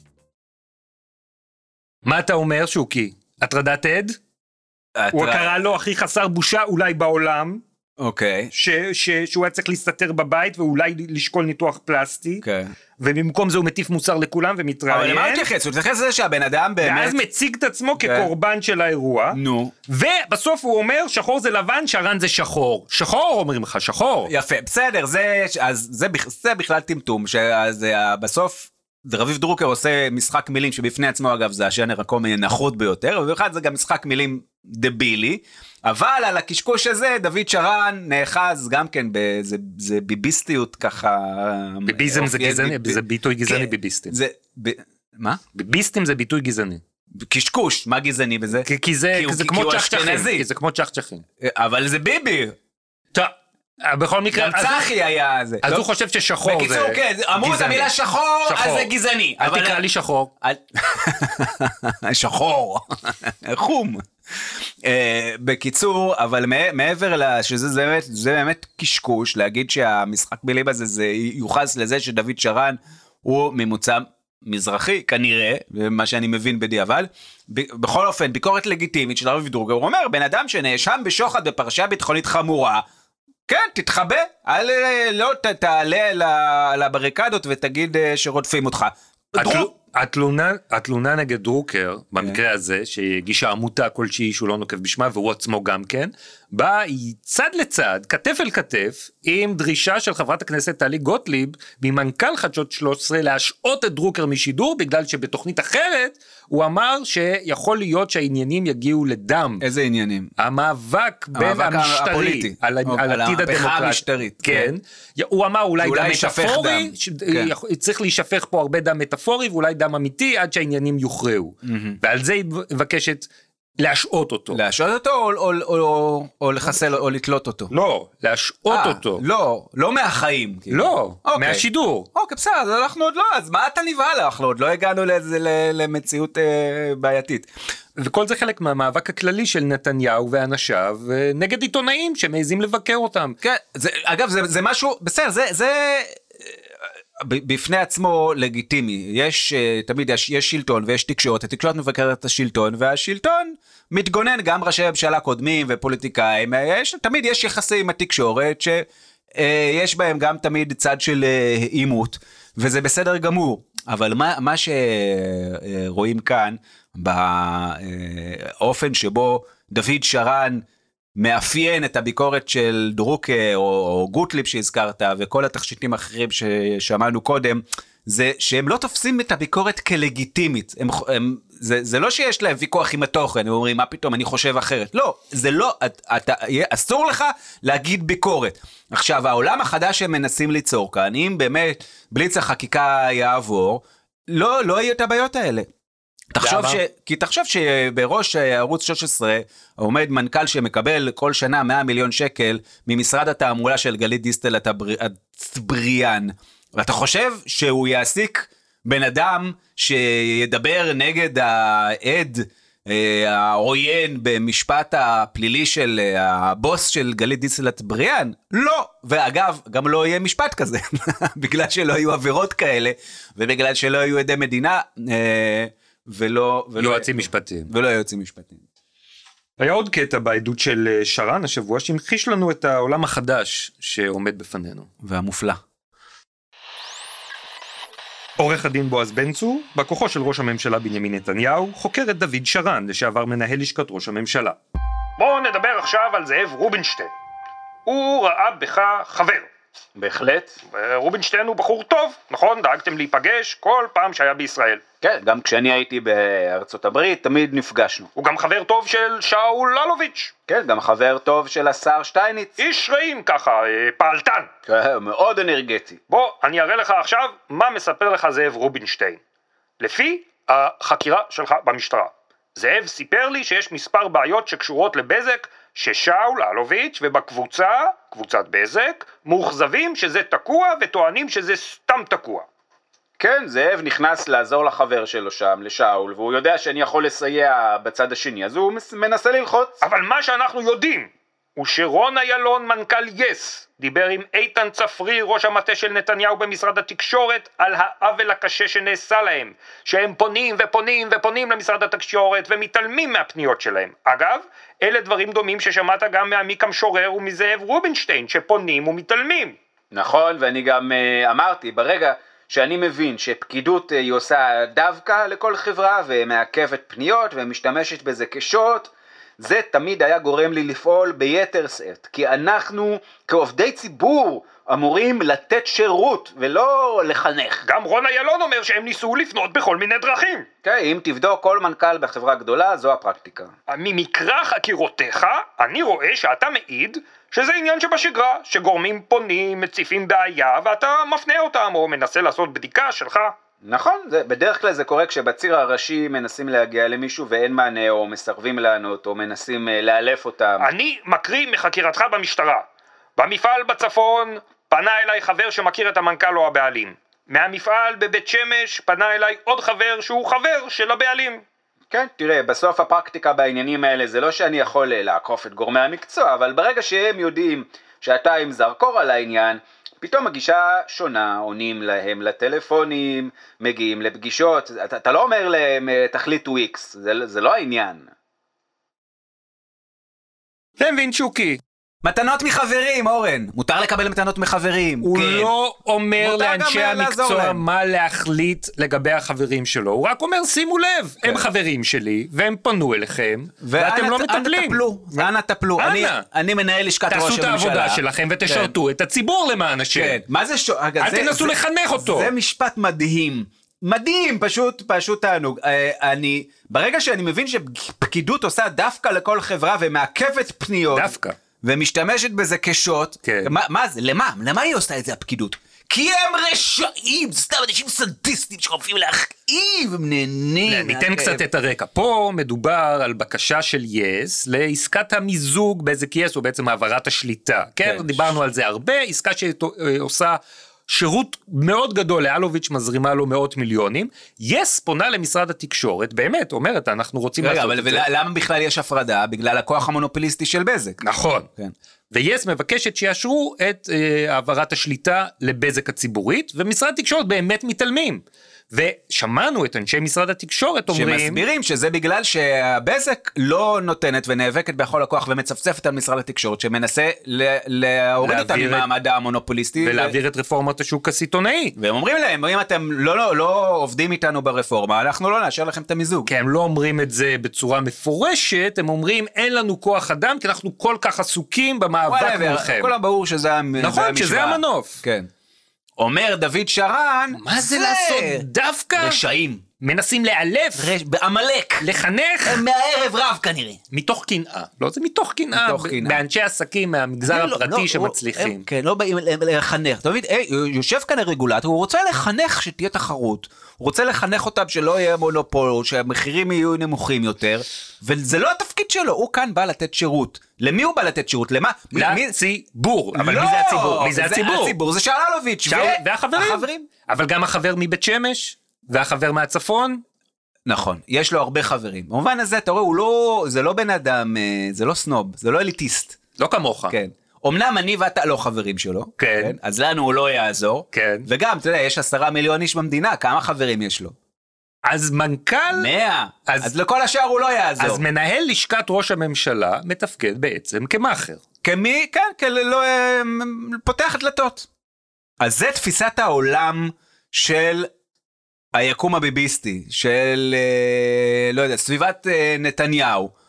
מה אתה אומר, שוקי? הטרדת עד? הוא קרא לו הכי חסר בושה אולי בעולם. אוקיי. שהוא היה צריך להסתתר בבית ואולי לשקול ניתוח פלסטי. כן. ובמקום זה הוא מטיף מוסר לכולם ומתראיין. אבל למה הוא מתייחס? הוא מתייחס לזה שהבן אדם באמת... ואז מציג את עצמו כקורבן של האירוע. נו. ובסוף הוא אומר, שחור זה לבן, שרן זה שחור. שחור אומרים לך, שחור. יפה, בסדר, זה בכלל טמטום, אז בסוף רביב דרוקר עושה משחק מילים שבפני עצמו אגב זה השאנר הקומי נחות ביותר, ובאחד זה גם משחק מילים דבילי, אבל על הקשקוש הזה דוד שרן נאחז גם כן זה ביביסטיות ככה. ביביזם זה גזעני, זה ביטוי גזעני ביביסטים. מה? ביביסטים זה ביטוי גזעני. קשקוש, מה גזעני בזה? כי זה כמו צ'חצ'חים. זה כמו צ'חצ'חים. אבל זה ביבי. טוב. בכל מקרה, גם צחי היה זה. אז הוא חושב ששחור זה גזעני. בקיצור, כן, אמרו את המילה שחור, אז זה גזעני. אל תקרא לי שחור. שחור. חום. בקיצור, אבל מעבר שזה באמת קשקוש, להגיד שהמשחק מילים הזה זה יוחס לזה שדוד שרן הוא ממוצא מזרחי, כנראה, מה שאני מבין בדיעבד. בכל אופן, ביקורת לגיטימית של רביב דרוקר, הוא אומר, בן אדם שנאשם בשוחד בפרשה ביטחונית חמורה, כן, תתחבא, לא תעלה לבריקדות ותגיד שרודפים אותך. התלונה נגד דרוקר, במקרה הזה, שהגישה עמותה כלשהי שהוא לא נוקב בשמה, והוא עצמו גם כן, באה היא צד לצד, כתף אל כתף, עם דרישה של חברת הכנסת טלי גוטליב, ממנכ"ל חדשות 13, להשעות את דרוקר משידור, בגלל שבתוכנית אחרת, הוא אמר שיכול להיות שהעניינים יגיעו לדם. איזה עניינים? המאבק בין המשטרי, על עתיד הדמוקרטיה. כן. הוא אמר אולי דם מטאפורי, צריך להישפך פה הרבה דם מטאפורי, ואולי דם אמיתי, עד שהעניינים יוכרעו. ועל זה היא מבקשת להשעות אותו. להשעות אותו או לחסל או לתלות אותו? לא, להשעות אותו. לא מהחיים. לא, מהשידור. אוקיי, בסדר, אנחנו עוד לא, אז מה אתה נבהל? אנחנו עוד לא הגענו למציאות בעייתית. וכל זה חלק מהמאבק הכללי של נתניהו ואנשיו, נגד עיתונאים שמעזים לבקר אותם. כן, אגב, זה משהו, בסדר, זה בפני עצמו לגיטימי. תמיד יש שלטון ויש תקשורת, התקשורת מבקרת את השלטון, והשלטון מתגונן, גם ראשי ממשלה קודמים ופוליטיקאים, תמיד יש יחסים עם התקשורת, שיש בהם גם תמיד צד של אימות, וזה בסדר גמור. אבל מה שרואים כאן, באופן שבו דוד שרן מאפיין את הביקורת של דרוקר או גוטליב שהזכרת, וכל התכשיטים האחרים ששמענו קודם, זה שהם לא תופסים את הביקורת כלגיטימית. זה לא שיש להם ויכוח עם התוכן, הם אומרים, מה פתאום, אני חושב אחרת. לא, זה לא, אסור לך להגיד ביקורת. עכשיו, העולם החדש שהם מנסים ליצור כאן, אם באמת בליץ החקיקה יעבור, לא יהיו את הבעיות האלה. תחשוב שבראש ערוץ 13 עומד מנכ"ל שמקבל כל שנה 100 מיליון שקל ממשרד התעמולה של גלית דיסטל אטבריאן, ואתה חושב שהוא יעסיק בן אדם שידבר נגד העד העוין במשפט הפלילי של הבוס של גלית דיסטל אטבריאן? לא. ואגב, גם לא יהיה משפט כזה, בגלל שלא יהיו עבירות כאלה, ובגלל שלא יהיו עדי מדינה, ולא יועצים משפטיים. ולא יועצים משפטיים. היה עוד קטע בעדות של שרן השבוע, שהמחיש לנו את העולם החדש שעומד בפנינו. והמופלא. עורך הדין בועז בן צור, בכוחו של ראש הממשלה בנימין נתניהו, חוקר את דוד שרן, לשעבר מנהל לשכת ראש הממשלה. בואו נדבר עכשיו על זאב רובינשטיין. הוא ראה בך חבר. בהחלט. רובינשטיין הוא בחור טוב, נכון? דאגתם להיפגש כל פעם שהיה בישראל. כן, גם כשאני הייתי בארצות הברית, תמיד נפגשנו. הוא גם חבר טוב של שאול אלוביץ'. כן, גם חבר טוב של השר שטייניץ. איש רעים ככה, פעלתן. כן, מאוד אנרגטי. בוא, אני אראה לך עכשיו מה מספר לך זאב רובינשטיין. לפי החקירה שלך במשטרה. זאב סיפר לי שיש מספר בעיות שקשורות לבזק, ששאול אלוביץ' ובקבוצה, קבוצת בזק, מאוכזבים שזה תקוע וטוענים שזה סתם תקוע. כן, זאב נכנס לעזור לחבר שלו שם, לשאול, והוא יודע שאני יכול לסייע בצד השני, אז הוא מנסה ללחוץ. אבל מה שאנחנו יודעים, הוא שרון איילון מנכ"ל יס, דיבר עם איתן צפריר, ראש המטה של נתניהו במשרד התקשורת, על העוול הקשה שנעשה להם, שהם פונים ופונים ופונים למשרד התקשורת ומתעלמים מהפניות שלהם. אגב, אלה דברים דומים ששמעת גם מעמיק המשורר ומזאב רובינשטיין, שפונים ומתעלמים. נכון, ואני גם אמרתי, ברגע שאני מבין שפקידות היא עושה דווקא לכל חברה ומעכבת פניות ומשתמשת בזה כשוט, זה תמיד היה גורם לי לפעול ביתר שאת, כי אנחנו כעובדי ציבור אמורים לתת שירות ולא לחנך. גם רון איילון אומר שהם ניסו לפנות בכל מיני דרכים. כן, אם תבדוק כל מנכ"ל בחברה גדולה, זו הפרקטיקה. ממקרא חקירותיך, אני רואה שאתה מעיד שזה עניין שבשגרה, שגורמים פונים, מציפים בעיה, ואתה מפנה אותם או מנסה לעשות בדיקה שלך. נכון, בדרך כלל זה קורה כשבציר הראשי מנסים להגיע למישהו ואין מענה, או מסרבים לענות, או מנסים לאלף אותם. אני מקריא מחקירתך במשטרה. במפעל בצפון פנה אליי חבר שמכיר את המנכ"ל או הבעלים. מהמפעל בבית שמש פנה אליי עוד חבר שהוא חבר של הבעלים. כן, תראה, בסוף הפרקטיקה בעניינים האלה זה לא שאני יכול לעקוף את גורמי המקצוע, אבל ברגע שהם יודעים שאתה עם זרקור על העניין, פתאום הגישה שונה, עונים להם לטלפונים, מגיעים לפגישות, אתה לא אומר להם תחליטו איקס, זה לא העניין. אתה מבין שוקי, מתנות מחברים, אורן. מותר לקבל מתנות מחברים. הוא כן. לא אומר לאנשי המקצוע מה להחליט לגבי החברים שלו. הוא רק אומר, שימו לב, הם חברים שלי, והם פנו אליכם, ואתם לא מטפלים. אנא טפלו. אני מנהל לשכת ראש הממשלה. תעשו את העבודה שלכם ותשרתו את הציבור למען השם. מה זה אל תנסו לחנך אותו. זה משפט מדהים. מדהים, פשוט תענוג. ברגע שאני מבין שפקידות עושה דווקא לכל חברה ומעכבת פניות. דווקא. ומשתמשת בזה כשוט. כן. מה זה? למה היא עושה את זה הפקידות? כי הם רשעים, סתם אנשים סדיסטים שחופים להכאיב, הם נהנים. ניתן קצת את הרקע. פה מדובר על בקשה של יס לעסקת המיזוג באיזה כיס, או בעצם העברת השליטה. כן, דיברנו על זה הרבה, עסקה שעושה שירות מאוד גדול, לאלוביץ' מזרימה לו מאות מיליונים, יס פונה למשרד התקשורת, באמת, אומרת, אנחנו רוצים לעשות את זה. רגע, אבל למה בכלל יש הפרדה? בגלל הכוח המונופוליסטי של בזק. נכון. ויס מבקשת שיאשרו את העברת השליטה לבזק הציבורית, ומשרד התקשורת באמת מתעלמים. ושמענו את אנשי משרד התקשורת אומרים... שמסבירים שזה בגלל שהבזק לא נותנת ונאבקת בכל הכוח ומצפצפת על משרד התקשורת, שמנסה להוריד אותם ממעמד המונופוליסטי. ולהעביר את רפורמת השוק הסיטונאי. והם אומרים להם, אם אתם לא עובדים איתנו ברפורמה, אנחנו לא נאשר לכם את המיזוג. כי הם לא אומרים את זה בצורה מפורשת, הם אומרים, אין לנו כוח אדם, כי אנחנו כל כך עסוקים במאבק מולכם. כולם ברור שזה המשוואה. נכון, שזה המנוף. כן. אומר דוד שרן, מה זה לעשות דווקא? רשעים. מנסים לאלף. בעמלק. לחנך. מהערב רב כנראה. מתוך קנאה. לא, זה מתוך קנאה. באנשי עסקים מהמגזר הפרטי שמצליחים. כן, לא באים לחנך. אתה מבין, יושב כאן הרגולטור, הוא רוצה לחנך שתהיה תחרות. הוא רוצה לחנך אותם שלא יהיה מונופול, שהמחירים יהיו נמוכים יותר, וזה לא התפקיד שלו, הוא כאן בא לתת שירות. למי הוא בא לתת שירות? למה? לציבור. אבל מי זה הציבור? מי זה הציבור? הציבור זה שאלוביץ' והחברים. אבל גם החבר מבית שמש, והחבר מהצפון. נכון, יש לו הרבה חברים. במובן הזה, אתה רואה, זה לא בן אדם, זה לא סנוב, זה לא אליטיסט. לא כמוך. כן. אמנם אני ואתה לא חברים שלו, כן. אז לנו הוא לא יעזור, כן. וגם, אתה יודע, יש 10 מיליון איש במדינה, כמה חברים יש לו? אז מנכ"ל... 100, אז לכל השאר הוא לא יעזור. אז מנהל לשכת ראש הממשלה מתפקד בעצם כמאחר. כמי, כן, לא, פותח דלתות. אז זה תפיסת העולם של היקום הביביסטי, של, לא יודע, סביבת נתניהו.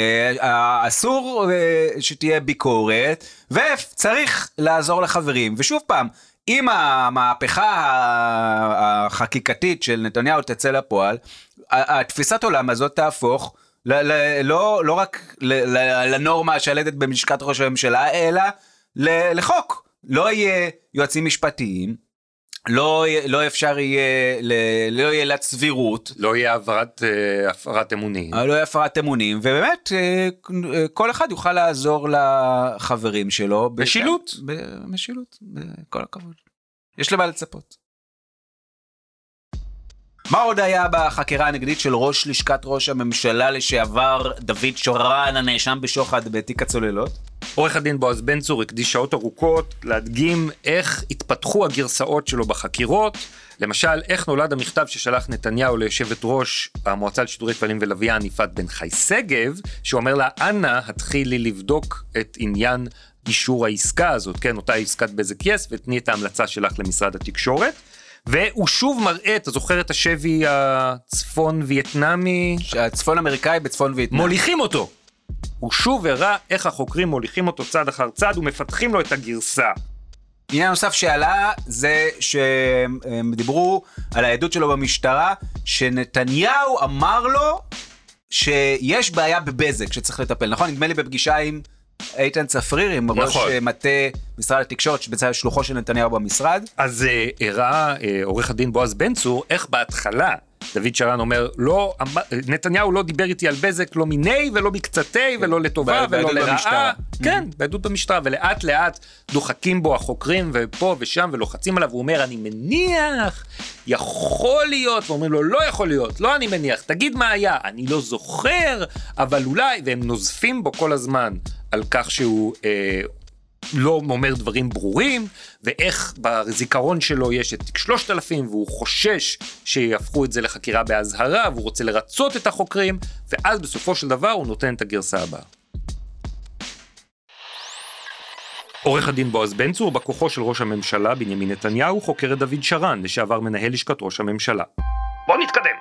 אסור שתהיה ביקורת, וצריך לעזור לחברים. ושוב פעם, אם המהפכה החקיקתית של נתניהו תצא לפועל, התפיסת עולם הזאת תהפוך לא רק לנורמה השלטת במשכת ראש הממשלה, אלא לחוק. לא יהיה יועצים משפטיים, לא אפשר יהיה, לא יהיה לצבירות. לא יהיה הפרת אמונים. לא יהיה הפרת אמונים, ובאמת כל אחד יוכל לעזור לחברים שלו. משילות. משילות, בכל הכבוד. יש למה לצפות. מה עוד היה בחקירה הנגדית של ראש לשכת ראש הממשלה לשעבר דוד שרן, הנאשם בשוחד בתיק הצוללות? עורך הדין בועז בן צור הקדיש שעות ארוכות להדגים איך התפתחו הגרסאות שלו בחקירות, למשל איך נולד המכתב ששלח נתניהו ליושבת ראש המועצה לשידורי כבלים ולוויין יפעת בן חי שגב, שאומר לה, אנא התחילי לבדוק את עניין אישור העסקה הזאת, כן, אותה עסקת בזק יס, ותני את ההמלצה שלך למשרד התקשורת. והוא שוב מראה, אתה זוכר את השבי הצפון וייטנאמי? הצפון אמריקאי בצפון וייטנאם. מוליכים אותו. הוא שוב הראה איך החוקרים מוליכים אותו צד אחר צד ומפתחים לו את הגרסה. עניין נוסף שעלה זה שהם דיברו על העדות שלו במשטרה, שנתניהו אמר לו שיש בעיה בבזק שצריך לטפל. נכון? נדמה לי בפגישה עם איתן צפריר, עם ראש מטה משרד התקשורת, שבצד שלוחו של נתניהו במשרד. אז הראה עורך הדין בועז בן צור, איך בהתחלה דוד שרן אומר, לא, נתניהו לא דיבר איתי על בזק, לא מיני ולא מקצתי ולא לטובה ולא לרעה. כן, בעדות במשטרה, ולאט לאט דוחקים בו החוקרים ופה ושם ולוחצים עליו, הוא אומר, אני מניח, יכול להיות, ואומרים לו, לא יכול להיות, לא אני מניח, תגיד מה היה, אני לא זוכר, אבל אולי, והם נוזפים בו כל הזמן על כך שהוא לא אומר דברים ברורים, ואיך בזיכרון שלו יש את תיק 3000, והוא חושש שיהפכו את זה לחקירה בהזהרה, והוא רוצה לרצות את החוקרים, ואז בסופו של דבר הוא נותן את הגרסה הבאה. עורך הדין בועז בן צור, בכוחו של ראש הממשלה בנימין נתניהו, חוקר את דוד שרן, לשעבר מנהל לשכת ראש הממשלה. בוא נתקדם.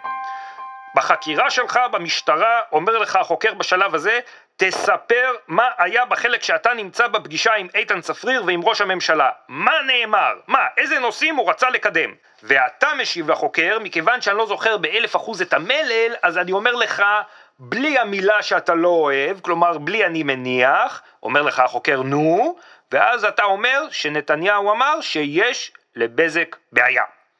בחקירה שלך במשטרה אומר לך החוקר בשלב הזה, תספר מה היה בחלק שאתה נמצא בפגישה עם איתן צפריר ועם ראש הממשלה. מה נאמר? איזה נושאים הוא רצה לקדם? ואתה משיב לחוקר, מכיוון שאני לא זוכר ב1,000% את המלל, אז אני אומר לך, בלי המילה שאתה לא אוהב, כלומר בלי אני מניח, אומר לך החוקר נו, ואז אתה אומר שנתניהו אמר שיש לבזק בעיה.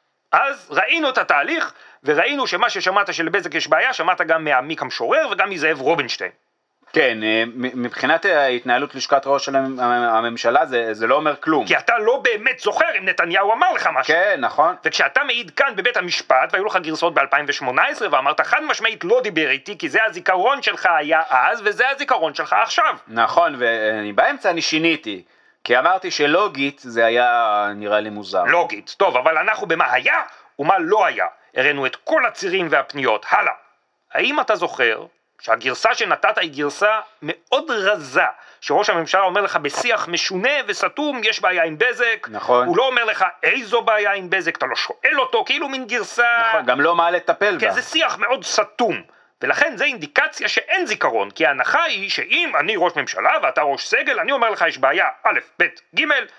אז ראינו את התהליך, וראינו שמה ששמעת שלבזק יש בעיה, שמעת גם מעמיק המשורר וגם מזאב רובינשטיין. כן, מבחינת ההתנהלות לשכת ראש הממשלה זה לא אומר כלום. כי אתה לא באמת זוכר אם נתניהו אמר לך משהו. כן, נכון. וכשאתה מעיד כאן בבית המשפט, והיו לך גרסות ב-2018, ואמרת חד משמעית לא דיבר איתי, כי זה הזיכרון שלך היה אז, וזה הזיכרון שלך עכשיו. נכון, ובאמצע אני שיניתי. כי אמרתי שלוגית זה היה נראה לי מוזר. לוגית, טוב, אבל אנחנו במה היה ומה לא היה. הראינו את כל הצירים והפניות. הלאה. האם אתה זוכר שהגרסה שנתת היא גרסה מאוד רזה, שראש הממשלה אומר לך בשיח משונה וסתום, יש בעיה עם בזק, נכון. הוא לא אומר לך איזו בעיה עם בזק, אתה לא שואל אותו, כאילו מין גרסה... נכון, גם לא מה לטפל בה. כן, זה שיח מאוד סתום, ולכן זה אינדיקציה שאין זיכרון, כי ההנחה היא שאם אני ראש ממשלה ואתה ראש סגל, אני אומר לך יש בעיה א', ב', ג',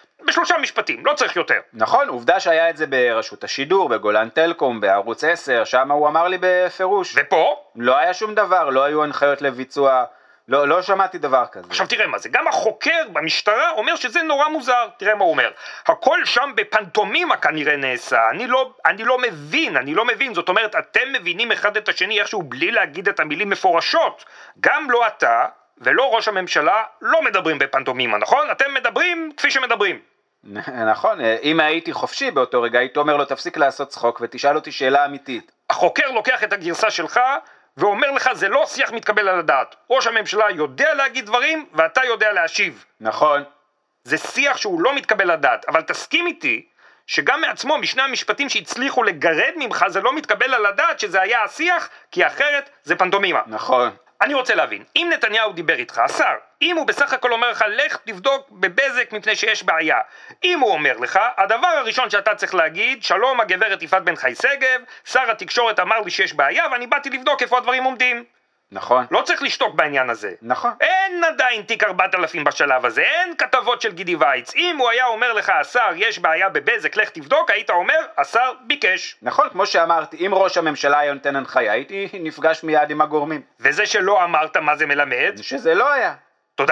ב3 משפטים, לא צריך יותר. נכון, עובדה שהיה את זה ברשות השידור, בגולן טלקום, בערוץ 10, שם הוא אמר לי בפירוש. ופה? לא היה שום דבר, לא היו הנחיות לביצוע, לא שמעתי דבר כזה. עכשיו תראה מה זה, גם החוקר במשטרה אומר שזה נורא מוזר, תראה מה הוא אומר. הכל שם בפנטומימה כנראה נעשה, אני לא מבין, זאת אומרת, אתם מבינים אחד את השני איכשהו בלי להגיד את המילים מפורשות. גם לא אתה ולא ראש הממשלה לא מדברים בפנטומימה, נכון? אתם מדברים כפי שמדברים. נכון, אם הייתי חופשי באותו רגע, הייתי אומר לו תפסיק לעשות צחוק ותשאל אותי שאלה אמיתית. החוקר לוקח את הגרסה שלך ואומר לך זה לא שיח מתקבל על הדעת. ראש הממשלה יודע להגיד דברים ואתה יודע להשיב. נכון. זה שיח שהוא לא מתקבל על הדעת, אבל תסכים איתי שגם מעצמו משני המשפטים שהצליחו לגרד ממך זה לא מתקבל על הדעת שזה היה השיח, כי אחרת זה פנטומימה. נכון. אני רוצה להבין, אם נתניהו דיבר איתך, השר, אם הוא בסך הכל אומר לך, לך תבדוק בבזק מפני שיש בעיה. אם הוא אומר לך, הדבר הראשון שאתה צריך להגיד, שלום הגברת יפעת בן חי שגב, שר התקשורת אמר לי שיש בעיה, ואני באתי לבדוק איפה הדברים עומדים. נכון. לא צריך לשתוק בעניין הזה. נכון. אין עדיין תיק 4000 בשלב הזה, אין כתבות של גידי וייץ. אם הוא היה אומר לך, השר, יש בעיה בבזק, לך תבדוק, היית אומר, השר ביקש. נכון, כמו שאמרתי, אם ראש הממשלה היה נותן הנחיה, הייתי נפגש מיד עם הגורמים. וזה שלא אמרת מה זה מלמד? שזה לא היה. תודה.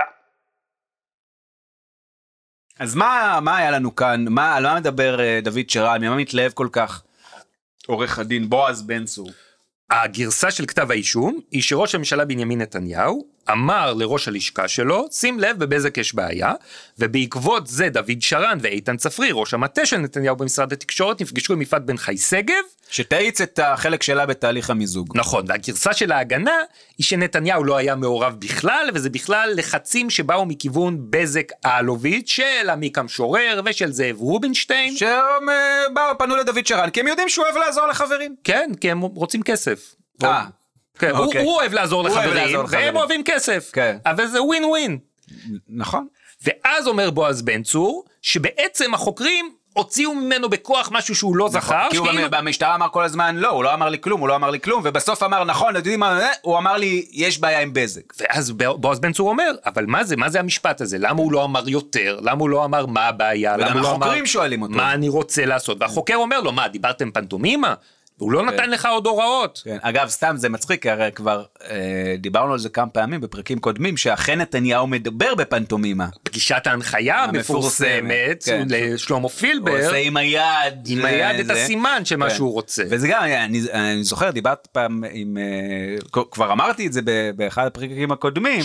אז מה היה לנו כאן? על מה מדבר דוד שרן? ממה מתלהב כל כך עורך הדין בועז בן צור? הגרסה של כתב האישום היא שראש הממשלה בנימין נתניהו אמר לראש הלשכה שלו, שים לב בבזק יש בעיה, ובעקבות זה דוד שרן ואיתן צפריר, ראש המטה של נתניהו במשרד התקשורת, נפגשו עם יפעת בן חי שגב, שתאיץ את החלק שלה בתהליך המיזוג. נכון, והגרסה של ההגנה היא שנתניהו לא היה מעורב בכלל, וזה בכלל לחצים שבאו מכיוון בזק אלוביץ' של עמיק המשורר ושל זאב רובינשטיין, פנו לדוד שרן, כי הם יודעים שהוא אוהב לעזור לחברים. כן, כי הם רוצים כסף. כן, אוקיי. הוא אוהב לעזור לחברים, והם אוהבים כסף. כן. אבל זה ווין ווין. נכון. ואז אומר בועז בן צור, שבעצם החוקרים הוציאו ממנו בכוח משהו שהוא לא זכר. כי הוא במשטרה אמר כל הזמן, לא, הוא לא אמר לי כלום, ובסוף אמר, נכון, יודעים מה, הוא אמר לי, יש בעיה עם בזק. ואז בועז בן צור אומר, אבל מה זה המשפט הזה? למה הוא לא אמר יותר? למה הוא לא אמר מה הבעיה? וגם החוקרים שואלים אותו. מה אני רוצה לעשות? והחוקר אומר לו, מה, דיברתם פנטומימה? והוא לא נתן לך עוד הוראות. כן. אגב, סתם זה מצחיק, כי הרי כבר דיברנו על זה כמה פעמים בפרקים קודמים, שאכן נתניהו מדבר בפנטומימה. פגישת ההנחיה המפורסמת לשלמה פילבר. הוא עושה עם היד. עם היד את הסימן שמה שהוא רוצה. וזה גם, אני זוכר, דיברת פעם עם, כבר אמרתי את זה באחד הפרקים הקודמים.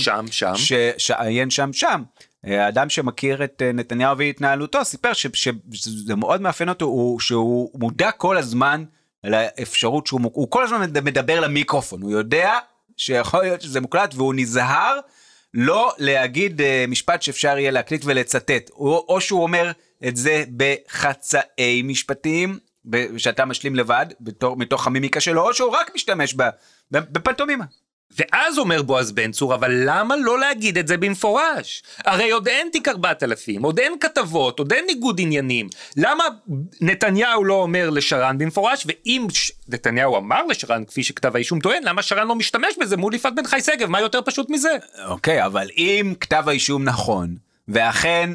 שם. האדם שמכיר את נתניהו והתנהלותו, סיפר שזה מאוד מאפיין אותו, שהוא מודע כל הזמן לאפשרות שהוא כל הזמן מדבר למיקרופון, הוא יודע שיכול להיות שזה מוקלט, והוא נזהר לא להגיד משפט שאפשר יהיה להקליט ולצטט, או שהוא אומר את זה בחצאי משפטים, שאתה משלים לבד, מתוך המימיקה שלו, או שהוא רק משתמש בפנטומימה. ואז אומר בועז בן צור, אבל למה לא להגיד את זה במפורש? הרי עוד אין תיק 4000, עוד אין כתבות, עוד אין ניגוד עניינים. למה נתניהו לא אומר לשרן במפורש, ואם נתניהו אמר לשרן כפי שכתב האישום טוען, למה שרן לא משתמש בזה מול יפעת בן חי שגב? מה יותר פשוט מזה? אוקיי, אבל אם כתב האישום נכון, ואכן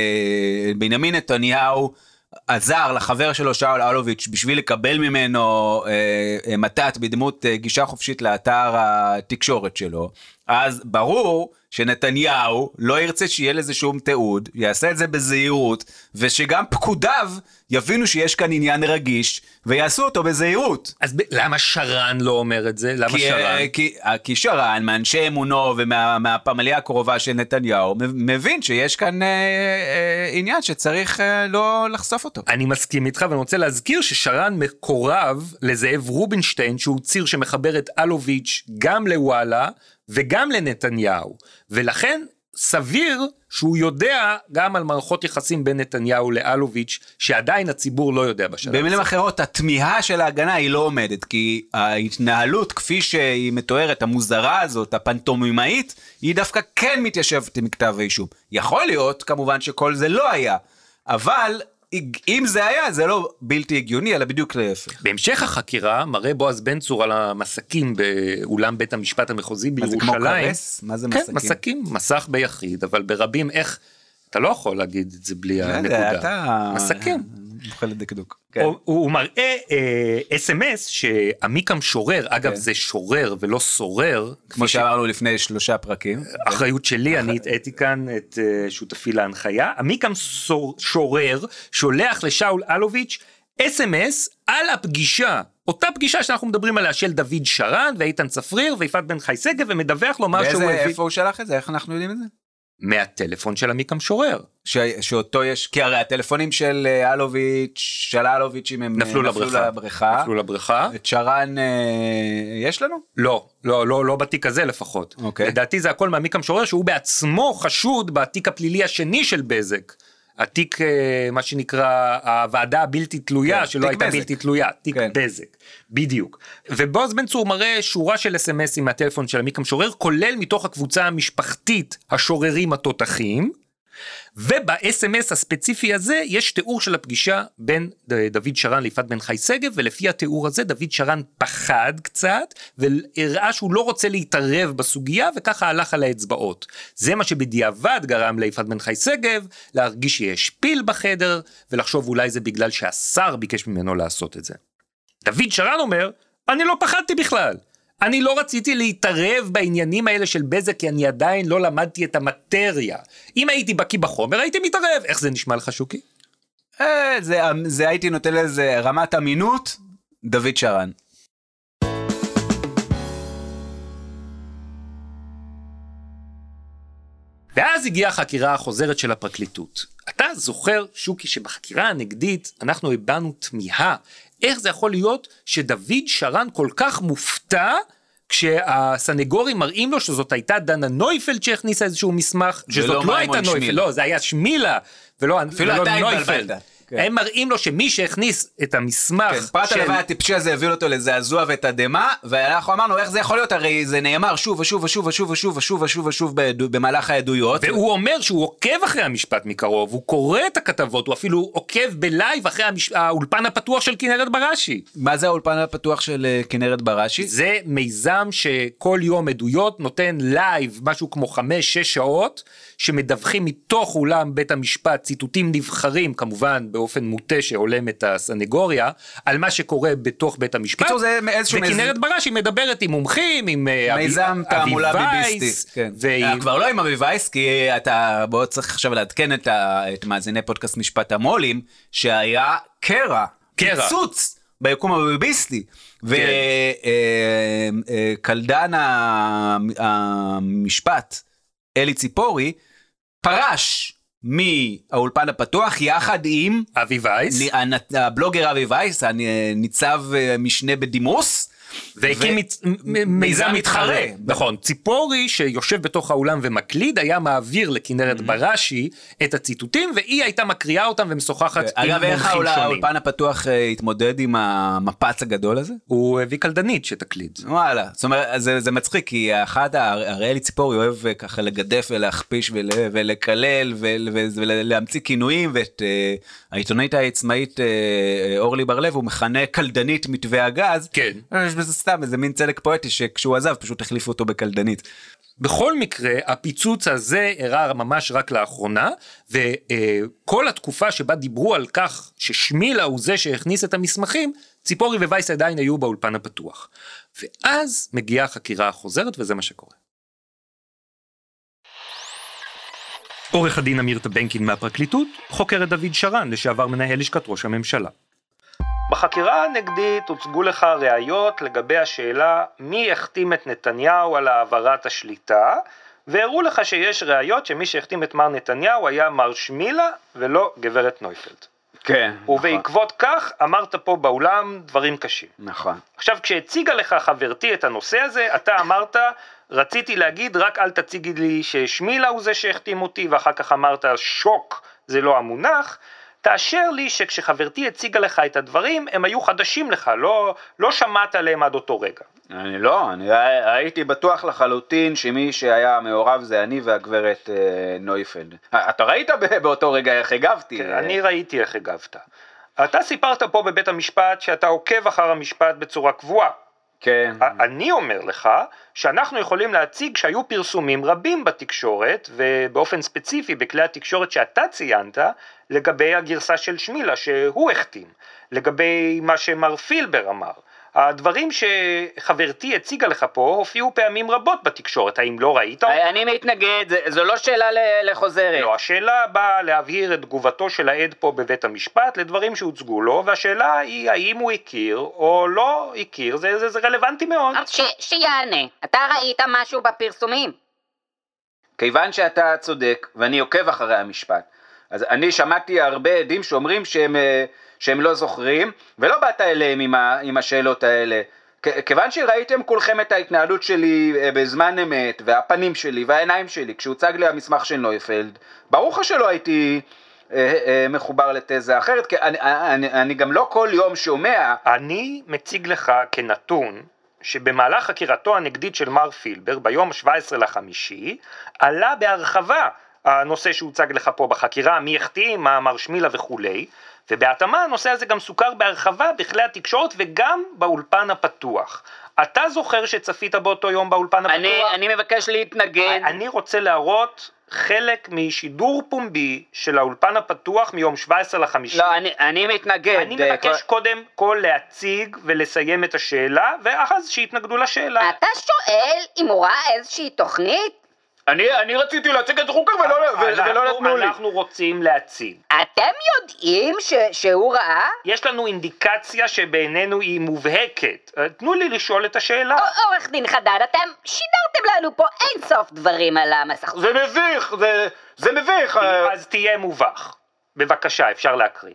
בנימין נתניהו עזר לחבר שלו שאול אלוביץ' בשביל לקבל ממנו מתת בדמות גישה חופשית לאתר התקשורת שלו, אז ברור שנתניהו לא ירצה שיהיה לזה שום תיעוד, יעשה את זה בזהירות, ושגם פקודיו יבינו שיש כאן עניין רגיש, ויעשו אותו בזהירות. אז למה שרן לא אומר את זה? למה שרן? כי שרן, מאנשי אמונו ומהפמליה הקרובה של נתניהו, מבין שיש כאן עניין שצריך לא לחשוף אותו. אני מסכים איתך, ואני רוצה להזכיר ששרן מקורב לזאב רובינשטיין, שהוא ציר שמחבר את אלוביץ' גם לוואלה, וגם לנתניהו, ולכן סביר שהוא יודע גם על מערכות יחסים בין נתניהו לאלוביץ' שעדיין הציבור לא יודע בשלב. במילים אחרות, התמיהה של ההגנה היא לא עומדת, כי ההתנהלות כפי שהיא מתוארת, המוזרה הזאת, הפנטומימאית, היא דווקא כן מתיישבת עם כתב האישום. יכול להיות כמובן שכל זה לא היה, אבל אם זה היה, זה לא בלתי הגיוני, אלא בדיוק להפך. בהמשך החקירה, מראה בועז בן צור על המסקים באולם בית המשפט המחוזי בירושלים. מה זה כמו קרס? מה זה מסקים? כן, מסקים, מסך ביחיד, אבל ברבים איך, אתה לא יכול להגיד את זה בלי הנקודה. מסקים. מוכל לדקדוק. הוא מראה SMS שעמיקם שורר, אגב זה שורר ולא סורר. כמו שאמרנו לפני 3 פרקים. אחריות שלי, אני הטעיתי כאן את שותפי להנחיה. עמיקם שורר שולח לשאול אלוביץ' SMS על הפגישה, אותה פגישה שאנחנו מדברים עליה של דוד שרן ואיתן צפריר ויפעת בן חי שגב, ומדווח לו מה שהוא הביא. איפה הוא שלח את זה? איך אנחנו יודעים את זה? מהטלפון של עמיקם שורר. שאותו יש, כי הרי הטלפונים של אלוביץ' אם הם נפלו לבריכה. נפלו לבריכה. את שרן יש לנו? לא בתיק הזה לפחות. לדעתי זה הכל מעמיקם שורר, שהוא בעצמו חשוד בתיק הפלילי השני של בזק. התיק, מה שנקרא, הוועדה הבלתי תלויה, שלא הייתה בלתי תלויה, תיק בזק, בדיוק. ובועז בן צור מראה שורה של אס-אמסים מהטלפון של עמיקם שורר, כולל מתוך הקבוצה המשפחתית השוררים התותחים, וב-SMS הספציפי הזה יש תיאור של הפגישה בין דוד שרן ליפעת בן חי שגב, ולפי התיאור הזה דוד שרן פחד קצת, והראה שהוא לא רוצה להתערב בסוגיה, וככה הלך על האצבעות. זה מה שבדיעבד גרם ליפעת בן חי שגב, להרגיש שיש פיל בחדר, ולחשוב אולי זה בגלל שהשר ביקש ממנו לעשות את זה. דוד שרן אומר, אני לא פחדתי בכלל. אני לא רציתי להתערב בעניינים האלה של בזק, כי אני עדיין לא למדתי את המטריה. אם הייתי בקי בחומר, הייתי מתערב. איך זה נשמע לך, שוקי? זה הייתי נותן לזה רמת אמינות, דוד שרן. ואז הגיעה החקירה החוזרת של הפרקליטות. אתה זוכר, שוקי, שבחקירה הנגדית אנחנו הבנו תמיהה, איך זה יכול להיות שדוד שרן כל כך מופתע, כשהסנגורים מראים לו שזאת הייתה דנה נויפלד שהכניסה איזשהו מסמך, שזאת לא הייתה נויפלד, לא, זה היה שמילה, ולא נויפלד. הם מראים לו שמי שהכניס את המסמך פרט הלוואי הטיפשי הזה הביא אותו לזעזוע ותדמה, ואנחנו אמרנו איך זה יכול להיות, הרי זה נאמר שוב ושוב ושוב ושוב ושוב ושוב ושוב ושוב במהלך העדויות. והוא אומר שהוא עוקב אחרי המשפט מקרוב, הוא קורא את הכתבות, הוא אפילו עוקב בלייב אחרי האולפן הפתוח של כנרת בראשי. מה זה האולפן הפתוח של כנרת בראשי? זה מיזם שכל יום עדויות נותן לייב משהו כמו 5-6 שעות, שמדווחים מתוך אולם בית המשפט ציטוטים נבחרים, כמובן באופן מוטה שעולם את הסנגוריה, על מה שקורה בתוך בית המשפט. קיצור זה וכנרת בראשי מדברת עם מומחים, עם מיזם תעמולה ביביסטי. כן. כבר לא עם אבי וייס, כי אתה בוא צריך עכשיו לעדכן את מאזיני פודקאסט משפט המולים, שהיה קרע. פיצוץ ביקום הביביסטי. וקלדן המשפט, אלי ציפורי, פרש מהאולפן הפתוח יחד עם אבי וייס, הבלוגר אבי וייס, ניצב משנה בדימוס, והקים מיזם מתחרה. נכון, ציפורי שיושב בתוך האולם ומקליד, היה מעביר לכנרת בראשי את הציטוטים, והיא הייתה מקריאה אותם ומשוחחת עם מומחים שונים. אגב, איך האולפן הפתוח התמודד עם המפץ הגדול הזה? הוא הביא קלדנית שתקליד. וואלה, זאת אומרת, זה מצחיק, כי הראלי ציפורי אוהב ככה לגדף ולהכפיש ולקלל ולהמציא כינויים, ואת העיתונאית העצמאית אורלי בר-לב, הוא מכנה קלדנית מתווה הגז. כן. זה סתם, איזה מין צדק פואטי שכשהוא עזב פשוט החליפו אותו בקלדנית. בכל מקרה, הפיצוץ הזה אירע ממש רק לאחרונה, וכל התקופה שבה דיברו על כך ששמילה הוא זה שהכניס את המסמכים, ציפורי ווייס עדיין היו באולפן הפתוח. ואז מגיעה החקירה החוזרת, וזה מה שקורה. עורך הדין אמיר טבנקין מהפרקליטות, חוקר את דוד שרן, לשעבר מנהל לשכת ראש הממשלה. בחקירה הנגדית הוצגו לך ראיות לגבי השאלה מי החתים את נתניהו על העברת השליטה, והראו לך שיש ראיות שמי שהחתים את מר נתניהו היה מר שמילה ולא גברת נויפלד. כן, ובעקבות כך אמרת פה באולם דברים קשים. נכון. עכשיו כשהציגה לך חברתי את הנושא הזה, אתה אמרת, רציתי להגיד רק אל תציגי לי ששמילה הוא זה שהחתים אותי, ואחר כך אמרת שוק זה לא המונח, תאשר לי שכשחברתי הציגה לך את הדברים, הם היו חדשים לך, לא שמעת עליהם עד אותו רגע. אני הייתי בטוח לחלוטין שמי שהיה מעורב זה אני והגברת נויפלד. אתה ראית באותו רגע איך הגבתי? כן, אני ראיתי איך הגבת. אתה סיפרת פה בבית המשפט שאתה עוקב אחר המשפט בצורה קבועה. כן. אני אומר לך שאנחנו יכולים להציג שהיו פרסומים רבים בתקשורת, ובאופן ספציפי בכלי התקשורת שאתה ציינת, לגבי הגרסה של שמילה שהוא החתים, לגבי מה שמר פילבר אמר. הדברים שחברתי הציגה לך פה הופיעו פעמים רבות בתקשורת, האם לא ראית? אני מתנגד, זו לא שאלה לחוזרת. לא, השאלה באה להבהיר את תגובתו של העד פה בבית המשפט לדברים שהוצגו לו, והשאלה היא האם הוא הכיר או לא הכיר, זה רלוונטי מאוד. שיענה, אתה ראית משהו בפרסומים? כיוון שאתה צודק ואני עוקב אחרי המשפט, אז אני שמעתי הרבה עדים שאומרים שהם לא זוכרים, ולא באת אליהם עם השאלות האלה. כיוון שראיתם כולכם את ההתנהלות שלי בזמן אמת, והפנים שלי והעיניים שלי, כשהוצג לי המסמך של נויפלד, ברור שלא הייתי מחובר לתזה אחרת, כי אני גם לא כל יום שומע. אני מציג לך כנתון, שבמהלך חקירתו הנגדית של מר פילבר, ביום 17/5, עלה בהרחבה הנושא שהוצג לך פה בחקירה, מי החתים, מה אמר שמילה וכולי, ובהתאמה הנושא הזה גם סוכר בהרחבה בכלי התקשורת וגם באולפן הפתוח. אתה זוכר שצפית באותו יום באולפן הפתוח? אני מבקש להתנגד. אני רוצה להראות חלק משידור פומבי של האולפן הפתוח מיום 17/5. לא, אני מתנגד. אני מבקש קודם כל להציג ולסיים את השאלה, ואז שיתנגדו לשאלה. אתה שואל אם הוא ראה איזושהי תוכנית? אני רציתי להציג את החוקר ולא נתנו לי. אנחנו רוצים להציג. אתם יודעים שהוא ראה? יש לנו אינדיקציה שבעינינו היא מובהקת. תנו לי לשאול את השאלה. עורך דין חדד, אתם שידרתם לנו פה אין סוף דברים על המסך. זה מביך, זה מביך. אז תהיה מובך. בבקשה, אפשר להקריא.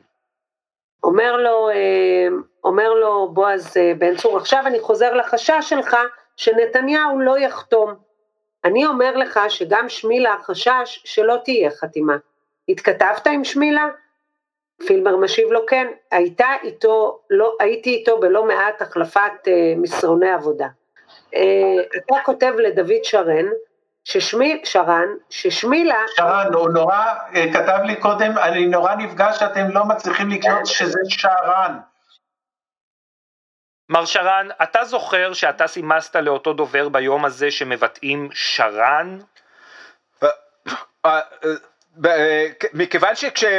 אומר לו בועז בן צור, עכשיו אני חוזר לחשש שלך שנתניהו לא יחתום. אני אומר לך שגם שמילה חשש שלא תהיה חתימה. התכתבת עם שמילה? פילבר משיב לו כן, הייתי איתו בלא מעט החלפת מסרוני עבודה. אתה כותב לדוד שרן, ששמילה... שרן, הוא נורא, כתב לי קודם, אני נורא נפגש שאתם לא מצליחים לקנות שזה שרן. מר שרן, אתה זוכר שאתה סימסת לאותו דובר ביום הזה שמבטאים שרן? מכיוון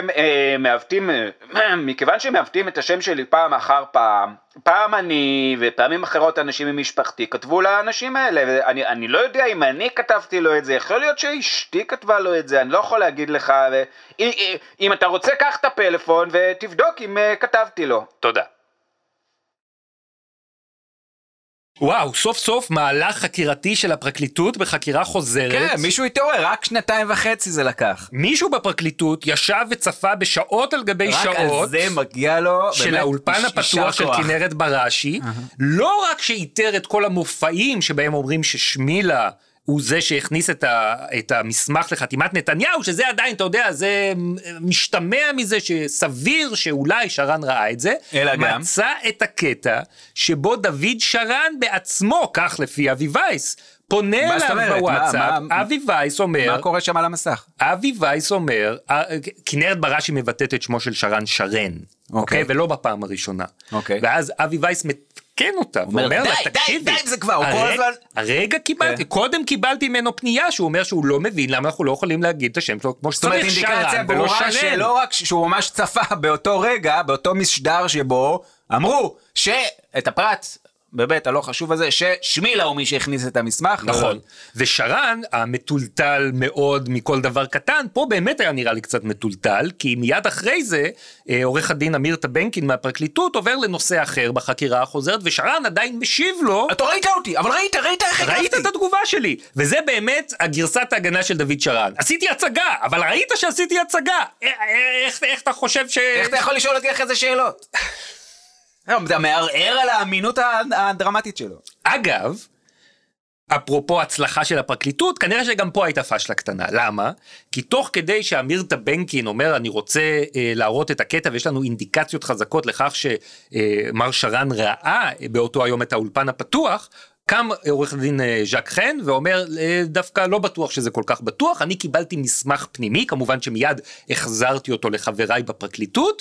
שהם מעוותים את השם שלי פעם אחר פעם אני ופעמים אחרות אנשים ממשפחתי כתבו לאנשים האלה, אני לא יודע אם אני כתבתי לו את זה, יכול להיות שאשתי כתבה לו את זה, אני לא יכול להגיד לך, אם אתה רוצה קח את הפלאפון ותבדוק אם כתבתי לו. תודה. וואו, סוף סוף מהלך חקירתי של הפרקליטות בחקירה חוזרת. כן, מישהו התעורר, רק 2.5 זה לקח. מישהו בפרקליטות ישב וצפה בשעות על גבי שעות. רק על זה מגיע לו של האולפן הפתוח של כנרת בראשי. לא רק שאיתר את כל המופעים שבהם אומרים ששמילה הוא זה שהכניס את המסמך לחתימת נתניהו, שזה עדיין, אתה יודע, זה משתמע מזה שסביר שאולי שרן ראה את זה, אלא גם מצא את הקטע שבו דוד שרן בעצמו, כך לפי אבי וייס, פונה אליו בוואטסאפ, אבי וייס אומר, מה קורה שם על המסך? אבי וייס אומר, כנרת בראשי מבטאת את שמו של שרן שרן, אוקיי? ולא בפעם הראשונה. ואז אבי וייס כן אותה, הוא אומר לה, תקשיבי, די, זה כבר, הוא כל הזמן... הרגע קיבלתי, קודם קיבלתי ממנו פנייה, שהוא אומר שהוא לא מבין למה אנחנו לא יכולים להגיד את השם שלו, כמו שצריך שרן ולא שרן. שלא רק שהוא ממש צפה באותו רגע, באותו משדר שבו, אמרו שאת הפרט בבית הלא חשוב הזה, ששמילה הוא מי שהכניס את המסמך. נכון, ושרן, המטולטל מאוד מכל דבר קטן, פה באמת היה נראה לי קצת מטולטל, כי מיד אחרי זה, עורך הדין אמיר טבנקין מהפרקליטות, עובר לנושא אחר בחקירה החוזרת, ושרן עדיין משיב לו. אתה ראית אותי, אבל ראית איך הגבתי. ראית את התגובה שלי, וזה באמת הגרסת ההגנה של דוד שרן. עשיתי הצגה, אבל ראית שעשיתי הצגה. איך אתה חושב איך אתה יכול לשאול אותי אחרי זה שאלות? אתה מערער על האמינות הדרמטית שלו. אגב, אפרופו הצלחה של הפרקליטות, כנראה שגם פה הייתה פשלה קטנה. למה? כי תוך כדי שאמיר טבנקין אומר, אני רוצה להראות את הקטע, ויש לנו אינדיקציות חזקות לכך שמר שרן ראה באותו היום את האולפן הפתוח, קם עורך הדין ז'ק חן ואומר, דווקא לא בטוח שזה כל כך בטוח, אני קיבלתי מסמך פנימי, כמובן שמיד החזרתי אותו לחבריי בפרקליטות,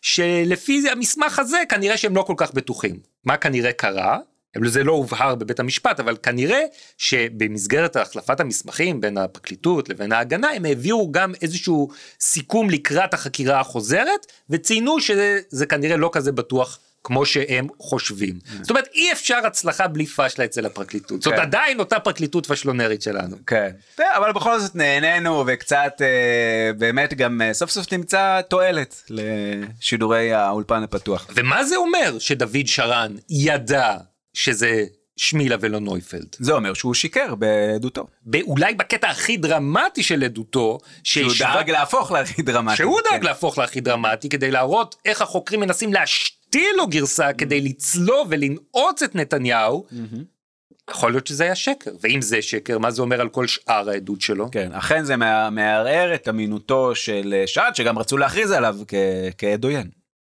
שלפי המסמך הזה כנראה שהם לא כל כך בטוחים. מה כנראה קרה? זה לא הובהר בבית המשפט, אבל כנראה שבמסגרת החלפת המסמכים בין הפרקליטות לבין ההגנה, הם העבירו גם איזשהו סיכום לקראת החקירה החוזרת, וציינו שזה כנראה לא כזה בטוח כמו שהם חושבים. זאת אומרת, אי אפשר הצלחה בלי פשלה אצל הפרקליטות. זאת עדיין אותה פרקליטות פשלונרית שלנו. כן. אבל בכל זאת נהנינו, וקצת באמת גם סוף סוף נמצא תועלת לשידורי האולפן הפתוח. ומה זה אומר שדוד שרן ידע שזה שמילה ולא נויפלד? זה אומר שהוא שיקר בעדותו. אולי בקטע הכי דרמטי של עדותו, שהוא דאג להפוך להכי דרמטי. שהוא דאג להפוך להכי דרמטי, כדי להראות איך החוקרים מנסים להשתיל לו גרסה, כדי לצלוב ולנעוץ את נתניהו. יכול להיות שזה היה שקר, ואם זה שקר, מה זה אומר על כל שאר העדות שלו? כן, אכן זה מערער את אמינותו של שרן, שגם רצו להכריז עליו כעד עוין.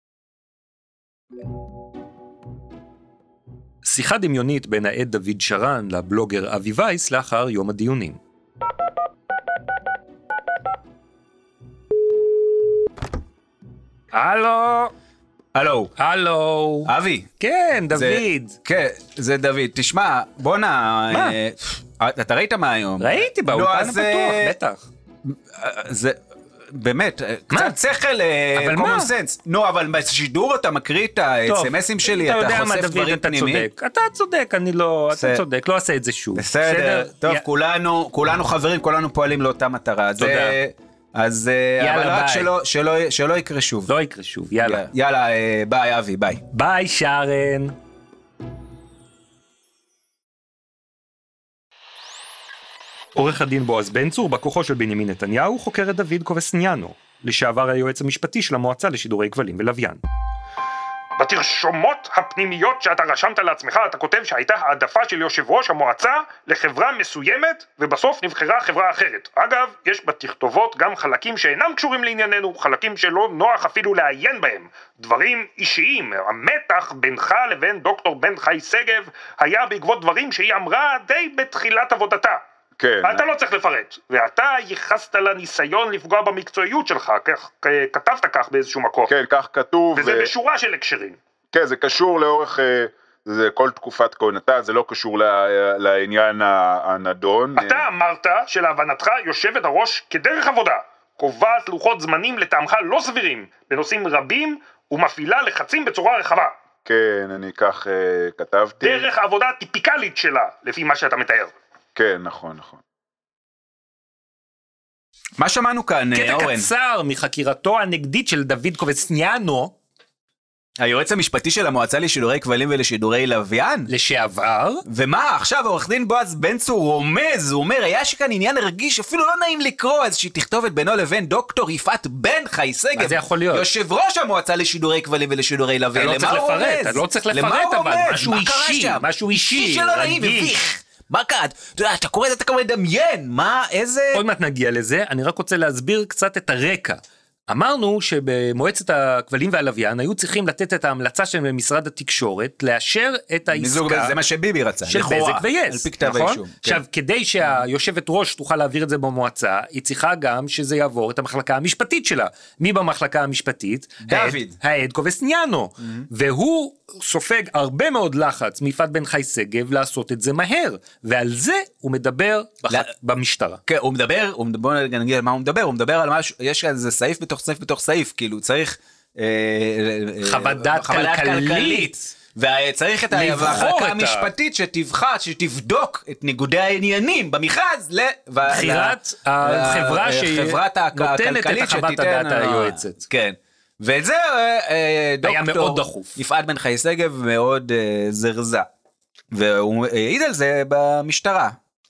שיחה דמיונית בין העד דוד שרן לבלוגר אבי וייס לאחר יום הדיונים. הלו? הלו? אבי? כן, דוד. כן, זה דוד. תשמע, בונה... מה? אתה ראית מה היום? ראיתי, באולפן הפתוח, בטח. זה... באמת, קצת שכל, common sense. נו, אבל בשידור אתה מקריא את ה-SMSים שלי, אתה חושף דברים פנימיים. אתה צודק, אני לא, אתה צודק, לא אעשה את זה שוב. בסדר, טוב, כולנו חברים, כולנו פועלים לאותה מטרה. תודה. אז, אבל רק שלא יקרה שוב. לא יקרה שוב, יאללה. יאללה, ביי אבי, ביי. ביי שרן. עורך הדין בועז בן צור, בכוחו של בנימין נתניהו, חוקר את דוד קובסניאנו, לשעבר היועץ המשפטי של המועצה לשידורי כבלים ולוויין. בתרשומות הפנימיות שאתה רשמת לעצמך, אתה כותב שהייתה העדפה של יושב ראש המועצה לחברה מסוימת, ובסוף נבחרה חברה אחרת. אגב, יש בתכתובות גם חלקים שאינם קשורים לענייננו, חלקים שלא נוח אפילו לעיין בהם. דברים אישיים, המתח בינך לבין דוקטור בן חי סגב, היה בעקבות דברים שהיא אמרה די בתחילת עבודתה. כן. אתה לא צריך לפרט, ואתה ייחסת לניסיון לפגוע במקצועיות שלך, כתבת כך באיזשהו מקום. כן, כך כתוב. וזה בשורה של הקשרים. כן, זה קשור לאורך כל תקופת כהונתה, זה לא קשור לעניין הנדון. אתה אמרת שלהבנתך יושבת הראש כדרך עבודה, קובעת לוחות זמנים לטעמך לא סבירים, בנושאים רבים ומפעילה לחצים בצורה רחבה. כן, אני כך כתבתי. דרך העבודה הטיפיקלית שלה, לפי מה שאתה מתאר. כן, נכון. מה שמענו כאן, אורן? קטע קצר מחקירתו הנגדית של דוד קובסניאנו, היועץ המשפטי של המועצה לשידורי כבלים ולשידורי לוויין? לשעבר. ומה, עכשיו עורך דין בועז בן צור רומז, הוא אומר, היה שכאן עניין רגיש, אפילו לא נעים לקרוא איזושהי תכתובת בינו לבין דוקטור יפעת בן חי שגב. מה זה יכול להיות? יושב ראש המועצה לשידורי כבלים ולשידורי לוויין. אתה לא צריך לפרט, אבל משהו אישי, משהו אישי, רגיש. מה קרה? אתה קורא את זה, אתה כבר מדמיין, מה, איזה... עוד מעט נגיע לזה, אני רק רוצה להסביר קצת את הרקע. אמרנו שבמועצת הכבלים והלוויין היו צריכים לתת את ההמלצה של משרד התקשורת, לאשר את העסקה. זה מה שביבי רצה. של בזק ויס, נכון? עכשיו, כדי שהיושבת ראש תוכל להעביר את זה במועצה, היא צריכה גם שזה יעבור את המחלקה המשפטית שלה. מי במחלקה המשפטית? דוד. העד קובסניאנו. והוא סופג הרבה מאוד לחץ מיפעת בן חי שגב לעשות את זה מהר. ועל זה הוא מדבר במשטרה. כן, הוא מדבר, בוא נגיד על מה הוא מדבר, הוא מדבר על משהו, יש איזה סעיף בתוך סעיף, כאילו צריך חוות דעת כלכלית, וצריך את המחלקה המשפטית שתבדוק את ניגודי העניינים במכרז לבחירת החברה שנותנת את חוות הדעת היועצת. כן, ואת זה דוקטור יפעת בן חי שגב מאוד זרזה, והוא העיד על זה במשטרה.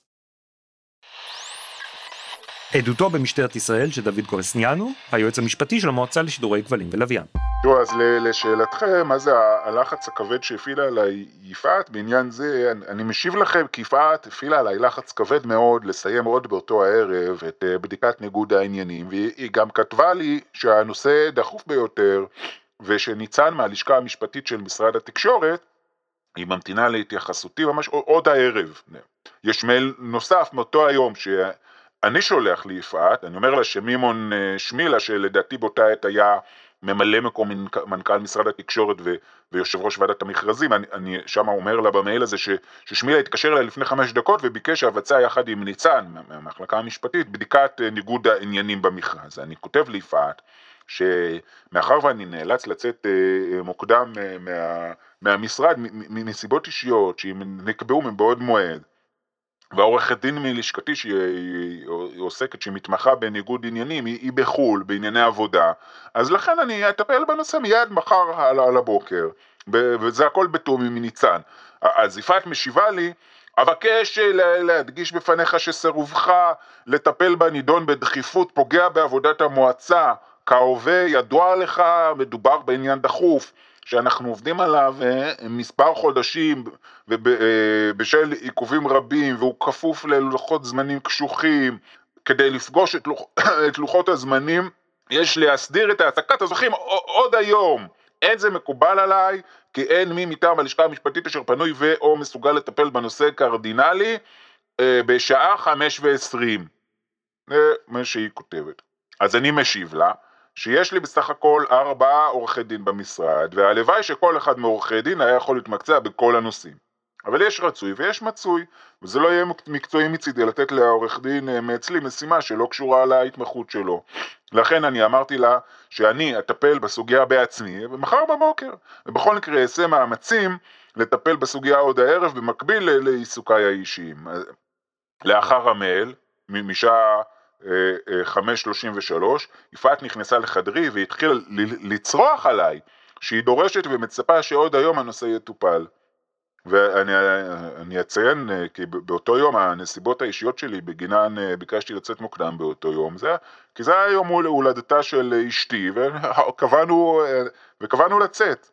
עדותו במשטרת ישראל של דוד קובסניאנו, היועץ המשפטי של המועצה לשידורי כבלים ולוויין. אז לשאלתכם, מה זה הלחץ הכבד שהפעילה עליי יפעת? בעניין זה אני משיב לכם כי יפעת הפעילה עליי לחץ כבד מאוד לסיים עוד באותו הערב את בדיקת ניגוד העניינים, והיא גם כתבה לי שהנושא דחוף ביותר, ושניצן מהלשכה המשפטית של משרד התקשורת, היא ממתינה להתייחסותי ממש עוד הערב. יש מייל נוסף מאותו היום אני שולח ליפעת, אני אומר לה שמימון שמילה, שלדעתי באותה עת היה ממלא מקום מנכ"ל משרד התקשורת ויושב ראש ועדת המכרזים, אני שם אומר לה במייל הזה ששמילה התקשר אליי לפני 5 דקות וביקש שהבצע יחד עם ניצן מהמחלקה המשפטטית בדיקת ניגוד העניינים במכרז. אני כותב ליפעת שמאחר ואני נאלץ לצאת מוקדם מהמשרד מנסיבות אישיות שנקבעו מבעוד מועד, והעורכת דין מלשכתי שהיא עוסקת, שהיא מתמחה בניגוד עניינים, היא בחול בענייני עבודה, אז לכן אני אטפל בנושא מיד מחר על הבוקר, וזה הכל בתיאום עם ניצן. אז יפעת משיבה לי, אבקש להדגיש בפניך שסירובך לטפל בנידון בדחיפות פוגע בעבודת המועצה, כהווה ידוע לך, מדובר בעניין דחוף, שאנחנו עובדים עליו מספר חודשים בשל עיכובים רבים, והוא כפוף ללוחות זמנים קשוחים. כדי לפגוש את לוחות הזמנים יש להסדיר את העסקת הזוכים עוד היום. אין זה מקובל עליי, כי אין מי מטעם הלשכה המשפטית אשר פנוי או מסוגל לטפל בנושא קרדינלי בשעה 5:20. מה שהיא כותבת. אז אני משיב לה שיש לי בסך הכל 4 עורכי דין במשרד, והלוואי שכל אחד מעורכי דין היה יכול להתמקצע בכל הנושאים. אבל יש רצוי ויש מצוי, וזה לא יהיה מקצועי מצידי לתת לעורך דין מאצלי משימה שלא קשורה להתמחות שלו. לכן אני אמרתי לה שאני אטפל בסוגיה בעצמי, ומחר בבוקר, ובכל מקרה אעשה מאמצים לטפל בסוגיה עוד הערב, במקביל לעיסוקיי האישיים. לאחר המייל, משעה 5:33, יפעת נכנסה לחדרי והתחילה לצרוח עליי שהיא דורשת ומצפה שעוד היום הנושא יטופל. ואני אציין כי באותו יום הנסיבות האישיות שלי בגינן ביקשתי לצאת מוקדם באותו יום, כי זה היה יום הולדתה של אשתי וקבענו לצאת.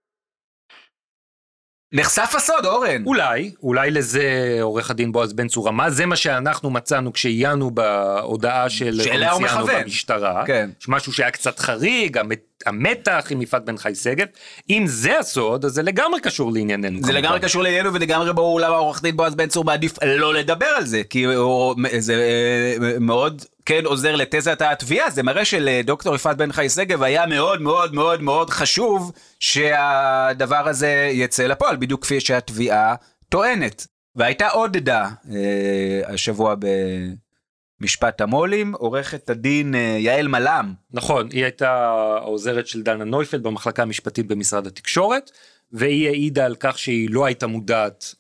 נחשף הסוד, אורן. אולי לזה עורך הדין בועז בן צור רמז, זה מה שאנחנו מצאנו כשעיינו בהודעה של קובסניאנו במשטרה, כן. משהו שהיה קצת חריג, המתח עם יפעת בן חי שגב. אם זה הסוד, אז זה לגמרי קשור לענייננו. זה לגמרי קשור לענייננו, ולגמרי ברור למה עורך דין בועז בן צור מעדיף לא לדבר על זה, כי זה מאוד כן עוזר לתזת התביעה. זה מראה שלדוקטור יפעת בן חי שגב היה מאוד מאוד מאוד מאוד חשוב שהדבר הזה יצא לפועל, בדיוק כפי שהתביעה טוענת. והייתה עוד עדה השבוע במשפט המולים, עורכת הדין יעל מלם. נכון, היא הייתה העוזרת של דנה נויפלד במחלקה המשפטית במשרד התקשורת, והיא העידה על כך שהיא לא הייתה מודעת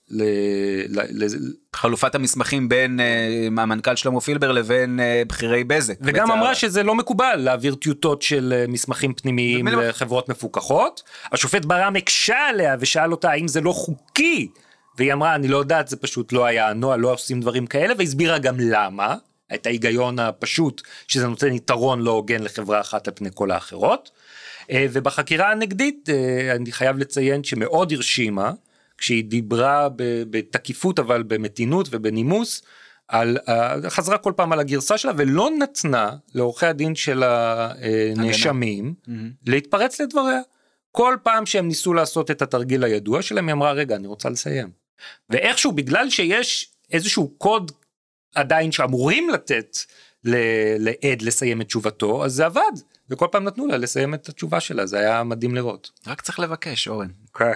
חלופת המסמכים בין המנכ"ל שלמה פילבר לבין בכירי בזק. וגם אמרה שזה לא מקובל להעביר טיוטות של מסמכים פנימיים לחברות מפוקחות. השופט ברם הקשה עליה ושאל אותה האם זה לא חוקי, והיא אמרה אני לא יודעת, זה פשוט לא היה הנוהל, לא עושים דברים כאלה, והסבירה גם למה, את ההיגיון הפשוט שזה נותן יתרון לא הוגן לחברה אחת על פני כל האחרות. ובחקירה הנגדית אני חייב לציין שמאוד הרשימה, כשהיא דיברה בתקיפות אבל במתינות ובנימוס, חזרה כל פעם על הגרסה שלה ולא נתנה לעורכי הדין של הנאשמים להתפרץ לדבריה. כל פעם שהם ניסו לעשות את התרגיל הידוע שלהם, היא אמרה רגע אני רוצה לסיים. ואיכשהו בגלל שיש איזשהו קוד עדיין שאמורים לתת לעד לסיים את תשובתו, אז זה עבד. וכל פעם נתנו לה לסיים את התשובה שלה, זה היה מדהים לראות. רק צריך לבקש, אורן. כן.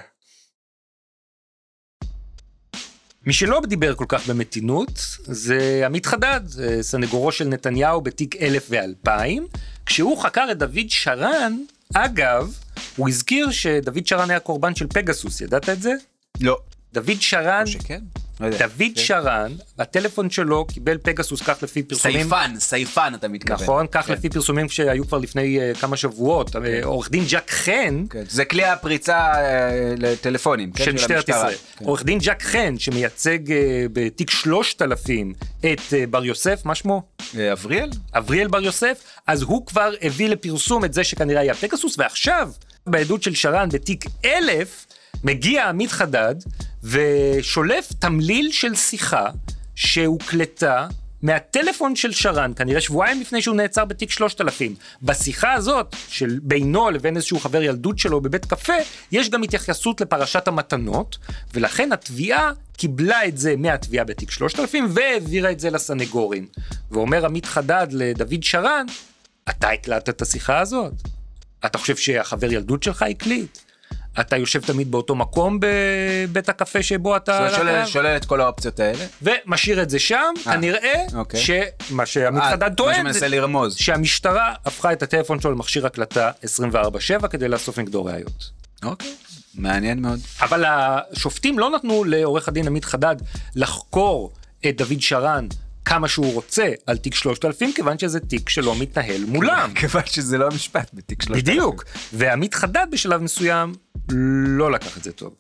מי שלא דיבר כל כך במתינות, זה עמית חדד, סנגורו של נתניהו בתיק 1000 ו-2000, כשהוא חקר את דוד שרן, אגב, הוא הזכיר שדוד שרן היה קורבן של פגסוס, ידעת את זה? לא. דוד שרן, שכן? דוד שרן, הטלפון שלו קיבל פגסוס, כך לפי פרסומים. סייפן אתה מתכוון. נכון, כך לפי פרסומים שהיו כבר לפני כמה שבועות. עורך דין ג'ק חן. זה כלי הפריצה לטלפונים. של משטרת ישראל. עורך דין ג'ק חן, שמייצג בתיק 3000 את בר יוסף, מה שמו? אבריאל? אבריאל בר יוסף. אז הוא כבר הביא לפרסום את זה שכנראה היה פגסוס, ועכשיו, בעדות של שרן בתיק 1000, מגיע עמית חדד ושולף תמליל של שיחה שהוקלטה מהטלפון של שרן, כנראה שבועיים לפני שהוא נעצר בתיק 3000. בשיחה הזאת של בינו לבין איזשהו חבר ילדות שלו בבית קפה, יש גם התייחסות לפרשת המתנות, ולכן התביעה קיבלה את זה מהתביעה בתיק 3000 והעבירה את זה לסנגורים. ואומר עמית חדד לדוד שרן, אתה הקלטת את השיחה הזאת? אתה חושב שהחבר ילדות שלך הקליט? אתה יושב תמיד באותו מקום בבית הקפה שבו אתה... שולל את כל האופציות האלה. ומשאיר את זה שם, כנראה שמה שעמית חדד טוען, שהמשטרה הפכה את הטלפון שלו למכשיר הקלטה 24/7 כדי לאסוף נגדו ראיות. אוקיי, מעניין מאוד. אבל השופטים לא נתנו לעורך הדין עמית חדד לחקור את דוד שרן כמה שהוא רוצה על תיק 3000, כיוון שזה תיק שלא מתנהל מולם. כיוון שזה לא המשפט בתיק 3000. בדיוק. ועמית חדד בשלב מסוים לא לקח את זה טוב.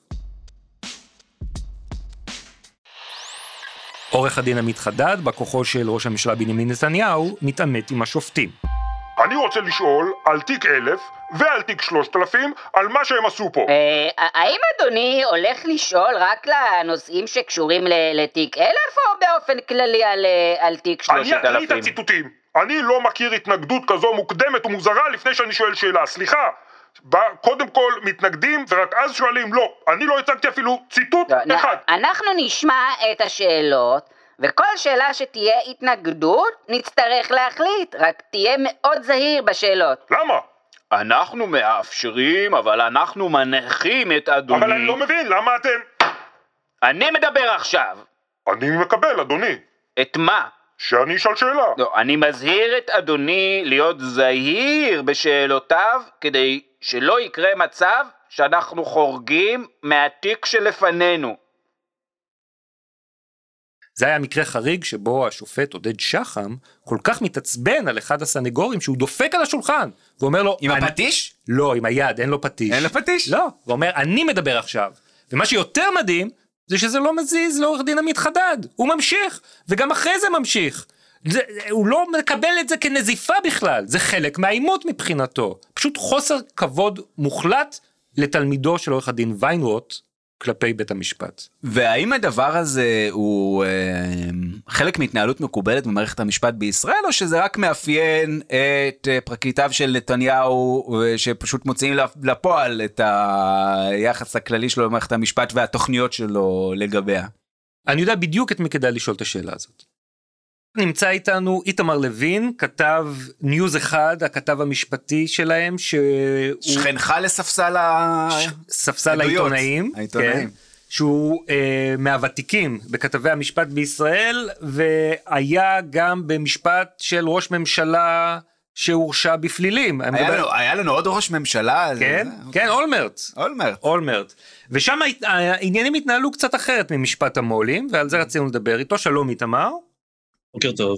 עורך הדין עמית חדד, בכוחו של ראש הממשלה בנימין נתניהו, מתעמת עם השופטים. אני רוצה לשאול על תיק 1000 ועל תיק 3000 על מה שהם עשו פה. האם אדוני הולך לשאול רק לנושאים שקשורים לתיק 1000 או באופן כללי על תיק 3000? אני אקריא את הציטוטים. אני לא מכיר התנגדות כזו מוקדמת ומוזרה לפני שאני שואל שאלה. סליחה, קודם כל מתנגדים ורק אז שואלים. לא, אני לא הצגתי אפילו ציטוט אחד. אנחנו נשמע את השאלות, וכל שאלה שתהיה התנגדות נצטרך להחליט, רק תהיה מאוד זהיר בשאלות. למה? אנחנו מאפשרים, אבל אנחנו מנחים את אדוני. אבל אני לא מבין, למה אתם... אני מדבר עכשיו. אני מקבל, אדוני. את מה? שאני אשאל שאלה. לא, אני מזהיר את אדוני להיות זהיר בשאלותיו, כדי שלא יקרה מצב שאנחנו חורגים מהתיק שלפנינו. זה היה מקרה חריג שבו השופט עודד שחם כל כך מתעצבן על אחד הסנגורים שהוא דופק על השולחן ואומר לו... עם הפטיש? לא, עם היד, אין לו פטיש. אין לו פטיש? לא, ואומר אני מדבר עכשיו. ומה שיותר מדהים זה שזה לא מזיז לעורך דין עמית חדד. הוא ממשיך, וגם אחרי זה ממשיך. הוא לא מקבל את זה כנזיפה בכלל. זה חלק מהעימות מבחינתו. פשוט חוסר כבוד מוחלט לתלמידו של עורך הדין ויינרוט, כלפי בית המשפט. והאם הדבר הזה הוא חלק מהתנהלות מקובלת במערכת המשפט בישראל, או שזה רק מאפיין את פרקליטיו של נתניהו, שפשוט מוציאים לפועל את היחס הכללי שלו במערכת המשפט והתוכניות שלו לגביה? אני יודע בדיוק את מי כדאי לשאול את השאלה הזאת. נמצא איתנו איתמר לוין, כתב ניוז אחד, הכתב המשפטי שלהם, שכנך לספסל ספסל העיתונאים, כן, שהוא מהוותיקים בכתבי המשפט בישראל, והיה גם במשפט של ראש ממשלה שהורשע בפלילים. היה לנו עוד ראש ממשלה. כן, אולמרט. ושם העניינים התנהלו קצת אחרת ממשפט המו"לים, ועל זה רצינו לדבר איתו. שלום איתמר. בוקר טוב.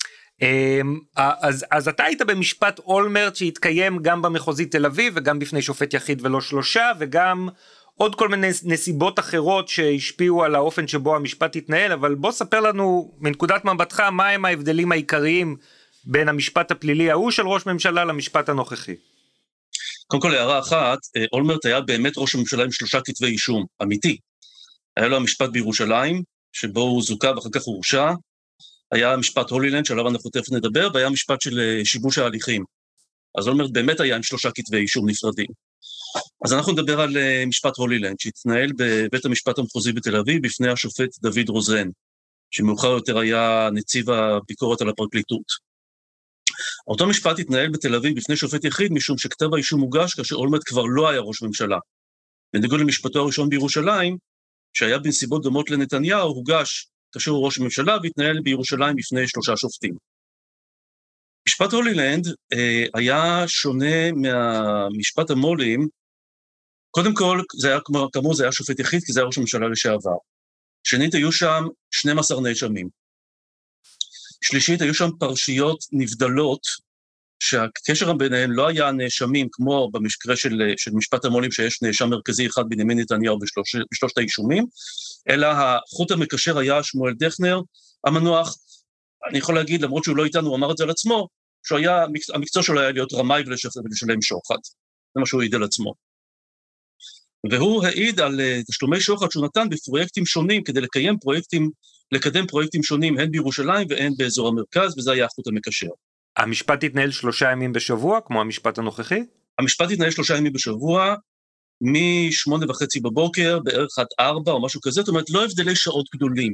אז אתה היית במשפט אולמרט שהתקיים גם במחוזית תל אביב, וגם בפני שופט יחיד ולא 3, וגם עוד כל מיני נסיבות אחרות שהשפיעו על האופן שבו המשפט התנהל, אבל בוא ספר לנו מנקודת מבטך, מה הם ההבדלים העיקריים בין המשפט הפלילי ההוא של ראש ממשלה למשפט הנוכחי. קודם כל הערה אחת, אולמרט היה באמת ראש הממשלה עם 3 כתבי אישום, אמיתי. היה לו המשפט בירושלים, שבו הוא זוכה ואחר כך הוא הורשע, היה משפט הולילנד, שעליו אנחנו תכף נדבר, והיה משפט של שיבוש ההליכים. אז אולמרט באמת היה עם 3 כתבי אישום נפרדים. אז אנחנו נדבר על משפט הולילנד, שהתנהל בבית המשפט המחוזי בתל אביב, בפני השופט דוד רוזן, שמאוחר יותר היה נציב הביקורת על הפרקליטות. אותו משפט התנהל בתל אביב בפני שופט יחיד, משום שכתב האישום הוגש כאשר אולמרט כבר לא היה ראש ממשלה. בניגוד למשפטו הראשון בירושלים, שהיה בנסיבות דומות לנתניהו, הוגש כאשר הוא ראש הממשלה, והתנהל בירושלים בפני 3 שופטים. משפט הולילנד היה שונה מהמשפט המו"לים. קודם כל, כאמור זה היה שופט יחיד, כי זה היה ראש הממשלה לשעבר. שנית, היו שם 12 נאשמים. שלישית, היו שם פרשיות נבדלות, שהקשר ביניהן לא היה נאשמים, כמו במקרה של משפט המו"לים, שיש נאשם מרכזי אחד בנימין נתניהו בשלושת האישומים, אלא החוט המקשר היה שמואל דכנר, המנוח. אני יכול להגיד, למרות שהוא לא איתנו, הוא אמר את זה על עצמו, המקצוע שלו היה להיות רמאי ולשלם שוחד. זה מה שהוא העיד על עצמו. והוא העיד על תשלומי שוחד שהוא נתן בפרויקטים שונים, כדי לקדם פרויקטים שונים, הן בירושלים והן באזור המרכז, וזה היה החוט המקשר. המשפט התנהל 3 ימים בשבוע, כמו המשפט הנוכחי? המשפט התנהל 3 ימים בשבוע, מ-8:30 בבוקר, בערך עד 4 או משהו כזה, זאת אומרת, לא הבדלי שעות גדולים.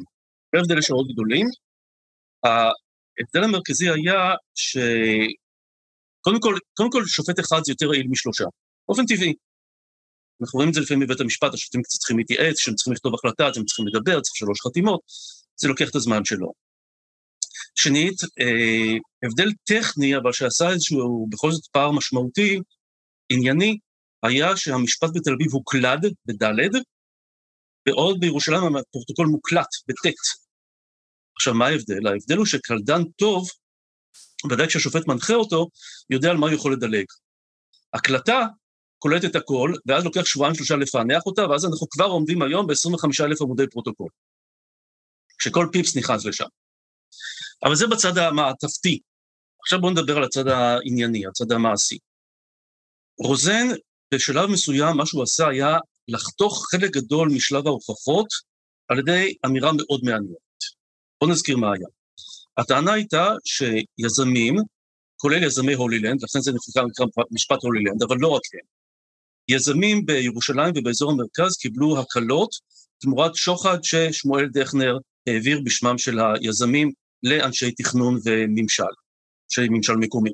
ההבדל המרכזי היה קודם כל שופט אחד זה יותר רעיל מ3. באופן טבעי. אנחנו רואים את זה לפעמים בבית המשפט, השופטים קצת צריכים להתייעץ, שהם צריכים לכתוב החלטה, הם צריכים לדבר, צריך 3 חתימות, זה לוקח את הזמן שלו. שנית, הבדל טכני, אבל שעשה איזשהו בכל זאת פער משמעותי, ענייני, היה שהמשפט בתל אביב הוקלד בדלת, ועוד בירושלים הפרוטוקול מוקלט בטט. עכשיו, מה ההבדל? ההבדל הוא שקלדן טוב, ודאי כשהשופט מנחה אותו, יודע על מה הוא יכול לדלג. הקלטה קולט את הכל, ואז לוקח 2-3 לפענח אותה, ואז אנחנו כבר עומדים היום ב-25,000 עמודי פרוטוקול. שכל פיפס נכנס לשם. אבל זה בצד המעטפתי. עכשיו בואו נדבר על הצד הענייני, הצד המעשי. רוזן, בשלב מסוים, מה שהוא עשה היה לחתוך חלק גדול משלב ההוכחות, על ידי אמירה מאוד מעניינת. בואו נזכיר מה היה. הטענה הייתה שיזמים, כולל יזמי הולילנד, לכן זה נקרא משפט הולילנד, אבל לא רק הם. יזמים בירושלים ובאזור המרכז קיבלו הקלות תמורת שוחד ששמואל דכנר העביר בשמם של היזמים לאנשי תכנון וממשל, אנשי ממשל מקומי.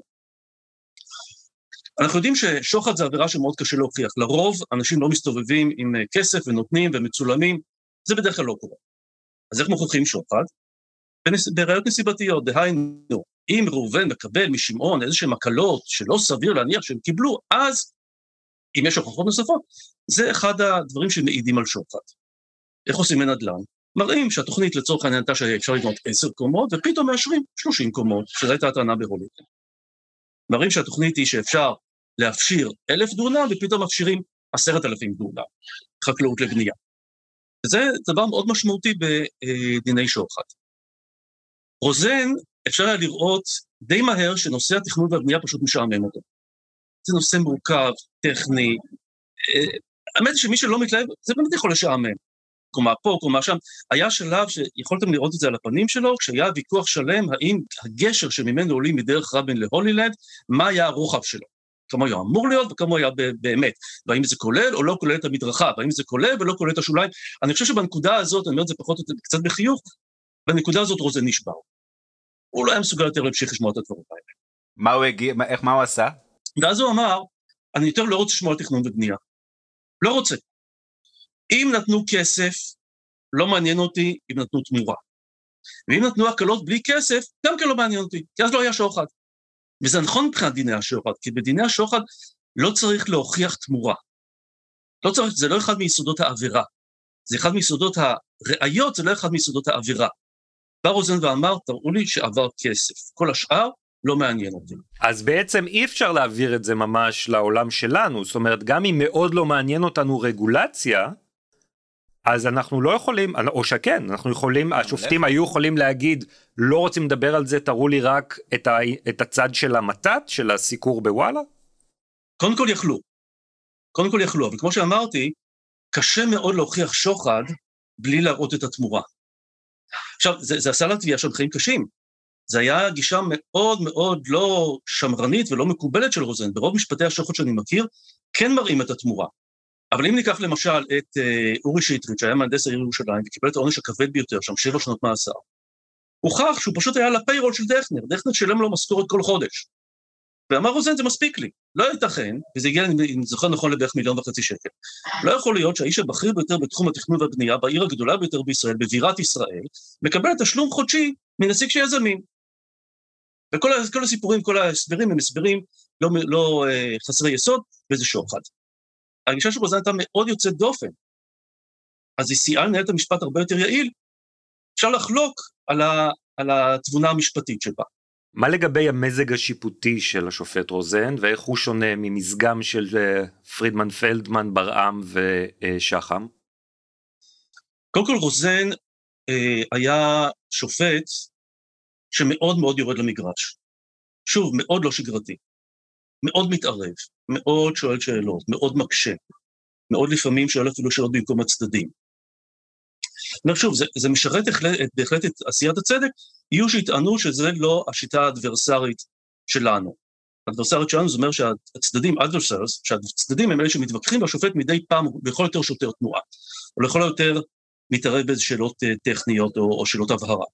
אנחנו יודעים ששוחד זה עבירה שמאוד קשה להוכיח. לרוב אנשים לא מסתובבים עם כסף ונותנים ומצולמים, זה בדרך כלל לא קורה. אז איך מוכיחים שוחד? בראיות נסיבתיות, דהיינו, אם ראובן מקבל משמעון איזשהם הקלות שלא סביר להניח שהם קיבלו, אז אם יש הוכחות נוספות, זה אחד הדברים שמעידים על שוחד. איך עושים מנדל"ן? מראים שהתוכנית לצורך העניין הייתה שאפשר לבנות 10 קומות, ופתאום מאשרים 30 קומות, שזו הייתה הטענה בהולילנד. מראים שהתוכנית היא שאפשר להפשיר 1,000 דונם, ופתאום מפשירים 10,000 דונם, חקלאות לבנייה. וזה דבר מאוד משמעותי בדיני שוחד. רוזן, אפשר היה לראות די מהר שנושא התכנון והבנייה פשוט משעמם אותו. זה נושא מורכב, טכני, האמת שמי שלא מתלהב, זה באמת יכול לשעמם. קומה פה, קומה שם. היה שלב שיכולתם לראות את זה על הפנים שלו, כשהיה ויכוח שלם, האם הגשר שממנו עולים מדרך רבין להולילנד, מה היה הרוחב שלו. כמה היה אמור להיות וכמה היה באמת. והאם זה כולל או לא כולל את המדרכה, והאם זה כולל ולא כולל את השוליים. אני חושב שבנקודה הזאת, אני אומר את זה פחות קצת בחיוך, בנקודה הזאת רוזן נשבר. הוא לא היה מסוגל יותר להמשיך לשמוע את הדברים האלה. מה הוא עשה? ואז הוא אמר, אני יותר לא רוצה לשמוע על תכנון ובנייה. לא רוצה. אם נתנו כסף, לא מעניין אותי אם נתנו תמורה. ואם נתנו הקלות בלי כסף, גם כן לא מעניין אותי, כי אז לא היה שוחד. וזה נכון מבחינת דיני השוחד, כי בדיני השוחד לא צריך להוכיח תמורה. לא צריך, זה לא אחד מיסודות העבירה. זה אחד מיסודות הראיות, זה לא אחד מיסודות העבירה. בא רוזן ואמר, תראו לי שעבר כסף. כל השאר לא מעניין אותי. אז בעצם אי אפשר להעביר את זה ממש לעולם שלנו. זאת אומרת, גם אם מאוד לא מעניין אותנו רגולציה, אז אנחנו לא יכולים, או שכן, אנחנו יכולים, השופטים היו יכולים להגיד, לא רוצים לדבר על זה, תראו לי רק את הצד של המתת, של הסיקור בוואלה? קודם כל יכלו, אבל כמו שאמרתי, קשה מאוד להוכיח שוחד, בלי להראות את התמורה. עכשיו, זה עשה לתביעה של חיים קשים. זה היה גישה מאוד מאוד לא שמרנית ולא מקובלת של רוזן. ברוב משפטי השוחד שאני מכיר, כן מראים את התמורה. אבל אם ניקח למשל את אורי שטרית, שהיה מהנדס העיר ירושלים, וקיבל את העונש הכבד ביותר, שם 7 שנות מאסר, הוכח שהוא פשוט היה לפיירול של דכנר, דכנר שילם לו משכורת כל חודש. ואמר רוזן, זה מספיק לי. לא ייתכן, וזה הגיע, אם זוכר נכון, לבערך 1.5 מיליון שקל. לא יכול להיות שהאיש הבכיר ביותר בתחום התכנון והבנייה, בעיר הגדולה ביותר בישראל, בבירת ישראל, מקבל תשלום חודשי מנציג שיזמים. וכל הסיפורים, כל ההסברים הם הסברים לא חסרי יסוד, וזה שוחד. הגישה של רוזן הייתה מאוד יוצאת דופן. אז היא סייעה לנהל את המשפט הרבה יותר יעיל. אפשר לחלוק על התבונה המשפטית שבה. מה לגבי המזג השיפוטי של השופט רוזן, ואיך הוא שונה ממזגם של פרידמן פלדמן, ברעם ושחם? קודם כל רוזן היה שופט שמאוד מאוד יורד למגרש. שוב, מאוד לא שגרתי. מאוד מתערב, מאוד שואל שאלות, מאוד מקשה. מאוד לפעמים שואל אפילו שאלות במקום הצדדים. שוב, זה משרת בהחלט את עשיית הצדק, יהיו שיטענו שזה לא השיטה האדברסרית שלנו. האדברסרית שלנו זה אומר שהצדדים, שהצדדים הם אלה שמתווכחים, והשופט מדי פעם בכל יותר שוטר תנועה, או לכל יותר מתערב באיזה שאלות טכניות או שאלות הבהרה.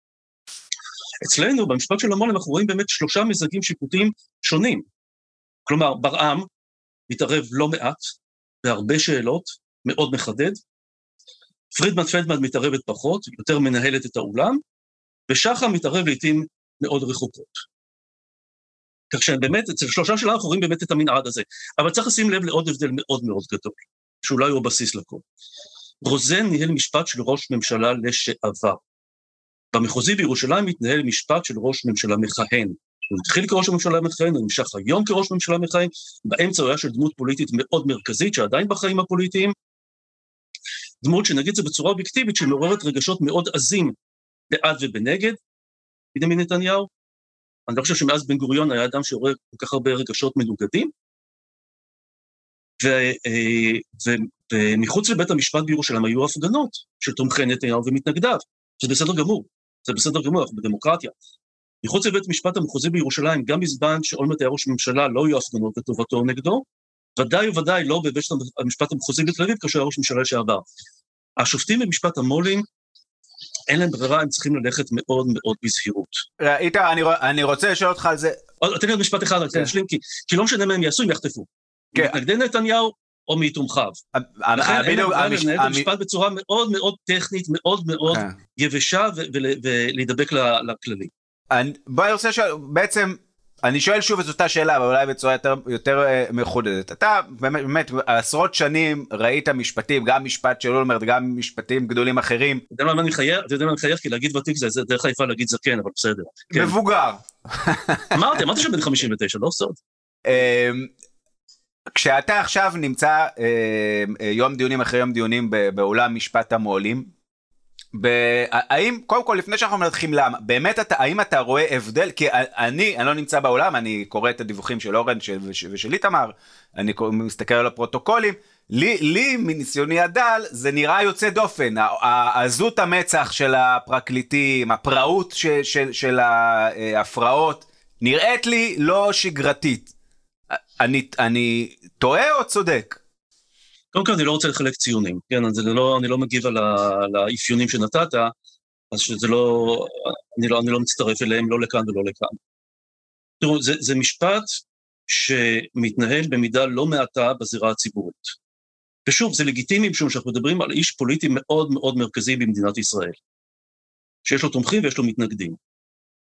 אצלנו, במשפט של המון, אנחנו רואים באמת 3 מזגים שיפוטיים שונים. כלומר, ברעם מתערב לא מעט, בהרבה שאלות, מאוד מחדד, פרידמן פלדמן מתערבת פחות, יותר מנהלת את האולם, ושחם מתערב לעתים מאוד רחוקות. כך שבאמת, אצל 3 שלנו אנחנו רואים באמת את המנעד הזה, אבל צריך לשים לב לעוד הבדל מאוד מאוד גדול, שאולי הוא הבסיס לכל. רוזן ניהל משפט של ראש ממשלה לשעבר. במחוזי בירושלים מתנהל משפט של ראש ממשלה מכהן. הוא התחיל כראש הממשלה מכהן, הוא נמשך היום כראש ממשלה מכהן, באמצע הוא היה של דמות פוליטית מאוד מרכזית, שעדיין בחיים הפוליטיים, דמות שנגיד זה בצורה אובייקטיבית, שמעוררת רגשות מאוד עזים בעד ובנגד, בנימין נתניהו. אני לא חושב שמאז בן גוריון היה אדם שעורר כל כך הרבה רגשות מנוגדים, ומחוץ לבית המשפט בירושלים היו הפגנות של תומכי נתניהו ומתנגדיו, שזה בסדר גמור, זה בסדר גמור, אנחנו בדמוקרטיה. מחוץ לבית המשפט המחוזי בירושלים, גם בזמן שאולמרט היה ראש ממשלה, לא היו הפגנות לטובתו או נגדו, ודאי וודאי לא בבית המשפט המחוזי בתל אביב, כאשר היה ראש ממשלה לשעבר. השופטים במשפט המו"לים, אין להם ברירה, הם צריכים ללכת מאוד מאוד בזהירות. ראית, אני רוצה לשאול אותך על זה. תן לי עוד משפט אחד, רק תשלים, כי לא משנה מה הם יעשו, הם יחטפו. מתנגדי נתניהו או מתומכיו. לכן אין להם ברירה לנהל את המשפט בצורה מאוד מאוד טכנית, מאוד מאוד יבשה, ולהידבק לכללים. בוא, אני רוצה לשאול, בעצם, אני שואל שוב את אותה שאלה, אבל אולי בצורה יותר מחודדת. אתה באמת עשרות שנים ראית משפטים, גם משפט של אולמרט, גם משפטים גדולים אחרים. אתה יודע מה אני חייב, כי להגיד ותיק זה דרך היפה להגיד זקן, אבל בסדר. מבוגר. אמרתי שבן 59, לא סוד. כשאתה עכשיו נמצא יום דיונים אחרי יום דיונים באולם משפט המו"לים, האם, קודם כל, לפני שאנחנו מנתחים למה, באמת, האם אתה רואה הבדל? כי אני לא נמצא בעולם, אני קורא את הדיווחים של אורן ושל איתמר, אני מסתכל על הפרוטוקולים, לי מניסיוני הדל, זה נראה יוצא דופן, עזות המצח של הפרקליטים, הפראות של ההפרעות, נראית לי לא שגרתית. אני טועה או צודק? קודם כל, אני לא רוצה לחלק ציונים, כן, אני לא מגיב על האפיונים שנתת, אז שזה לא, אני לא מצטרף אליהם, לא לכאן ולא לכאן. תראו, זה משפט שמתנהל במידה לא מעטה בזירה הציבורית. ושוב, זה לגיטימי, משום שאנחנו מדברים על איש פוליטי מאוד מאוד מרכזי במדינת ישראל, שיש לו תומכים ויש לו מתנגדים.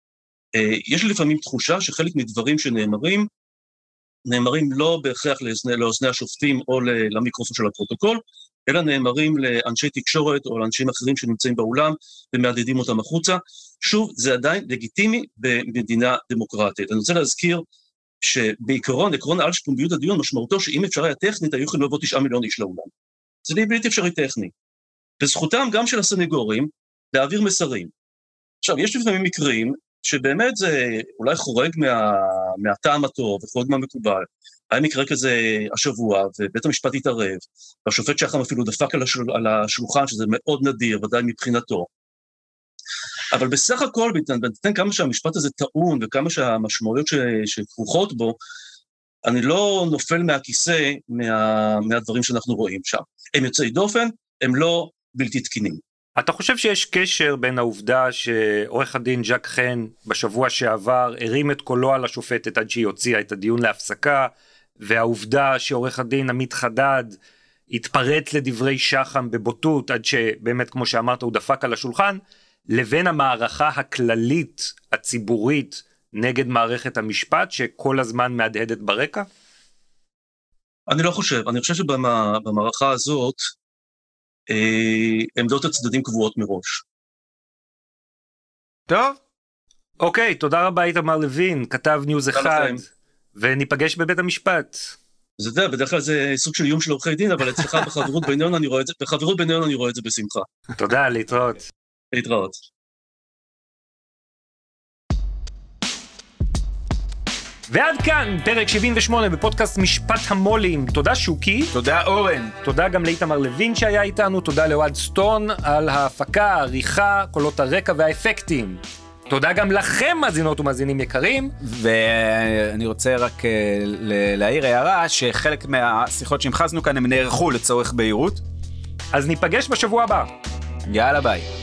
יש לי לפעמים תחושה שחלק מדברים שנאמרים, נאמרים לא בהכרח לאוזני השופטים או למיקרופון של הפרוטוקול, אלא נאמרים לאנשי תקשורת או לאנשים אחרים שנמצאים באולם ומעדדים אותם החוצה. שוב, זה עדיין לגיטימי במדינה דמוקרטית. אני רוצה להזכיר שבעיקרון, עקרון על פומביות הדיון, משמעותו שאם אפשר היה טכנית, היו יכולים לבוא 9 מיליון איש לאולם. זה בלתי אפשרי טכני. בזכותם גם של הסנגורים להעביר מסרים. עכשיו, יש לפעמים מקרים שבאמת זה אולי חורג מהטעם הטוב וחורג מהמקובל. היה מקרה כזה השבוע, ובית המשפט התערב, והשופט שחם אפילו דפק על השולחן, שזה מאוד נדיר, ודאי מבחינתו. אבל בסך הכל, בהינתן כמה שהמשפט הזה טעון, וכמה שהמשמעויות שכרוכות בו, אני לא נופל מהכיסא מהדברים שאנחנו רואים שם. הם יוצאי דופן, הם לא בלתי תקינים. אתה חושב שיש קשר בין העובדה שעורך הדין ז'ק חן בשבוע שעבר הרים את קולו על השופטת עד שהיא הוציאה את הדיון להפסקה, והעובדה שעורך הדין עמית חדד התפרט לדברי שחם בבוטות עד שבאמת כמו שאמרת הוא דפק על השולחן, לבין המערכה הכללית הציבורית נגד מערכת המשפט שכל הזמן מהדהדת ברקע? אני לא חושב, אני חושב שבמערכה הזאת עמדות הצדדים קבועות מראש. טוב. אוקיי, תודה רבה איתמר לוין, כתב ניוז 1, וניפגש בבית המשפט. זה יודע, בדרך כלל זה סוג של איום של עורכי דין, אבל אצלך בחברות בינינו אני רואה את זה, בחברות בינינו אני רואה את זה בשמחה. תודה, להתראות. להתראות. ועד כאן פרק 78 בפודקאסט משפט המולים. תודה שוקי. תודה אורן. תודה גם לאיתמר לוין שהיה איתנו. תודה לאוהד סטון על ההפקה, העריכה, קולות הרקע והאפקטים. תודה גם לכם מאזינות ומאזינים יקרים. ואני רוצה רק להעיר הערה שחלק מהשיחות שהמחזנו כאן הם נערכו לצורך בהירות. אז ניפגש בשבוע הבא. יאללה ביי.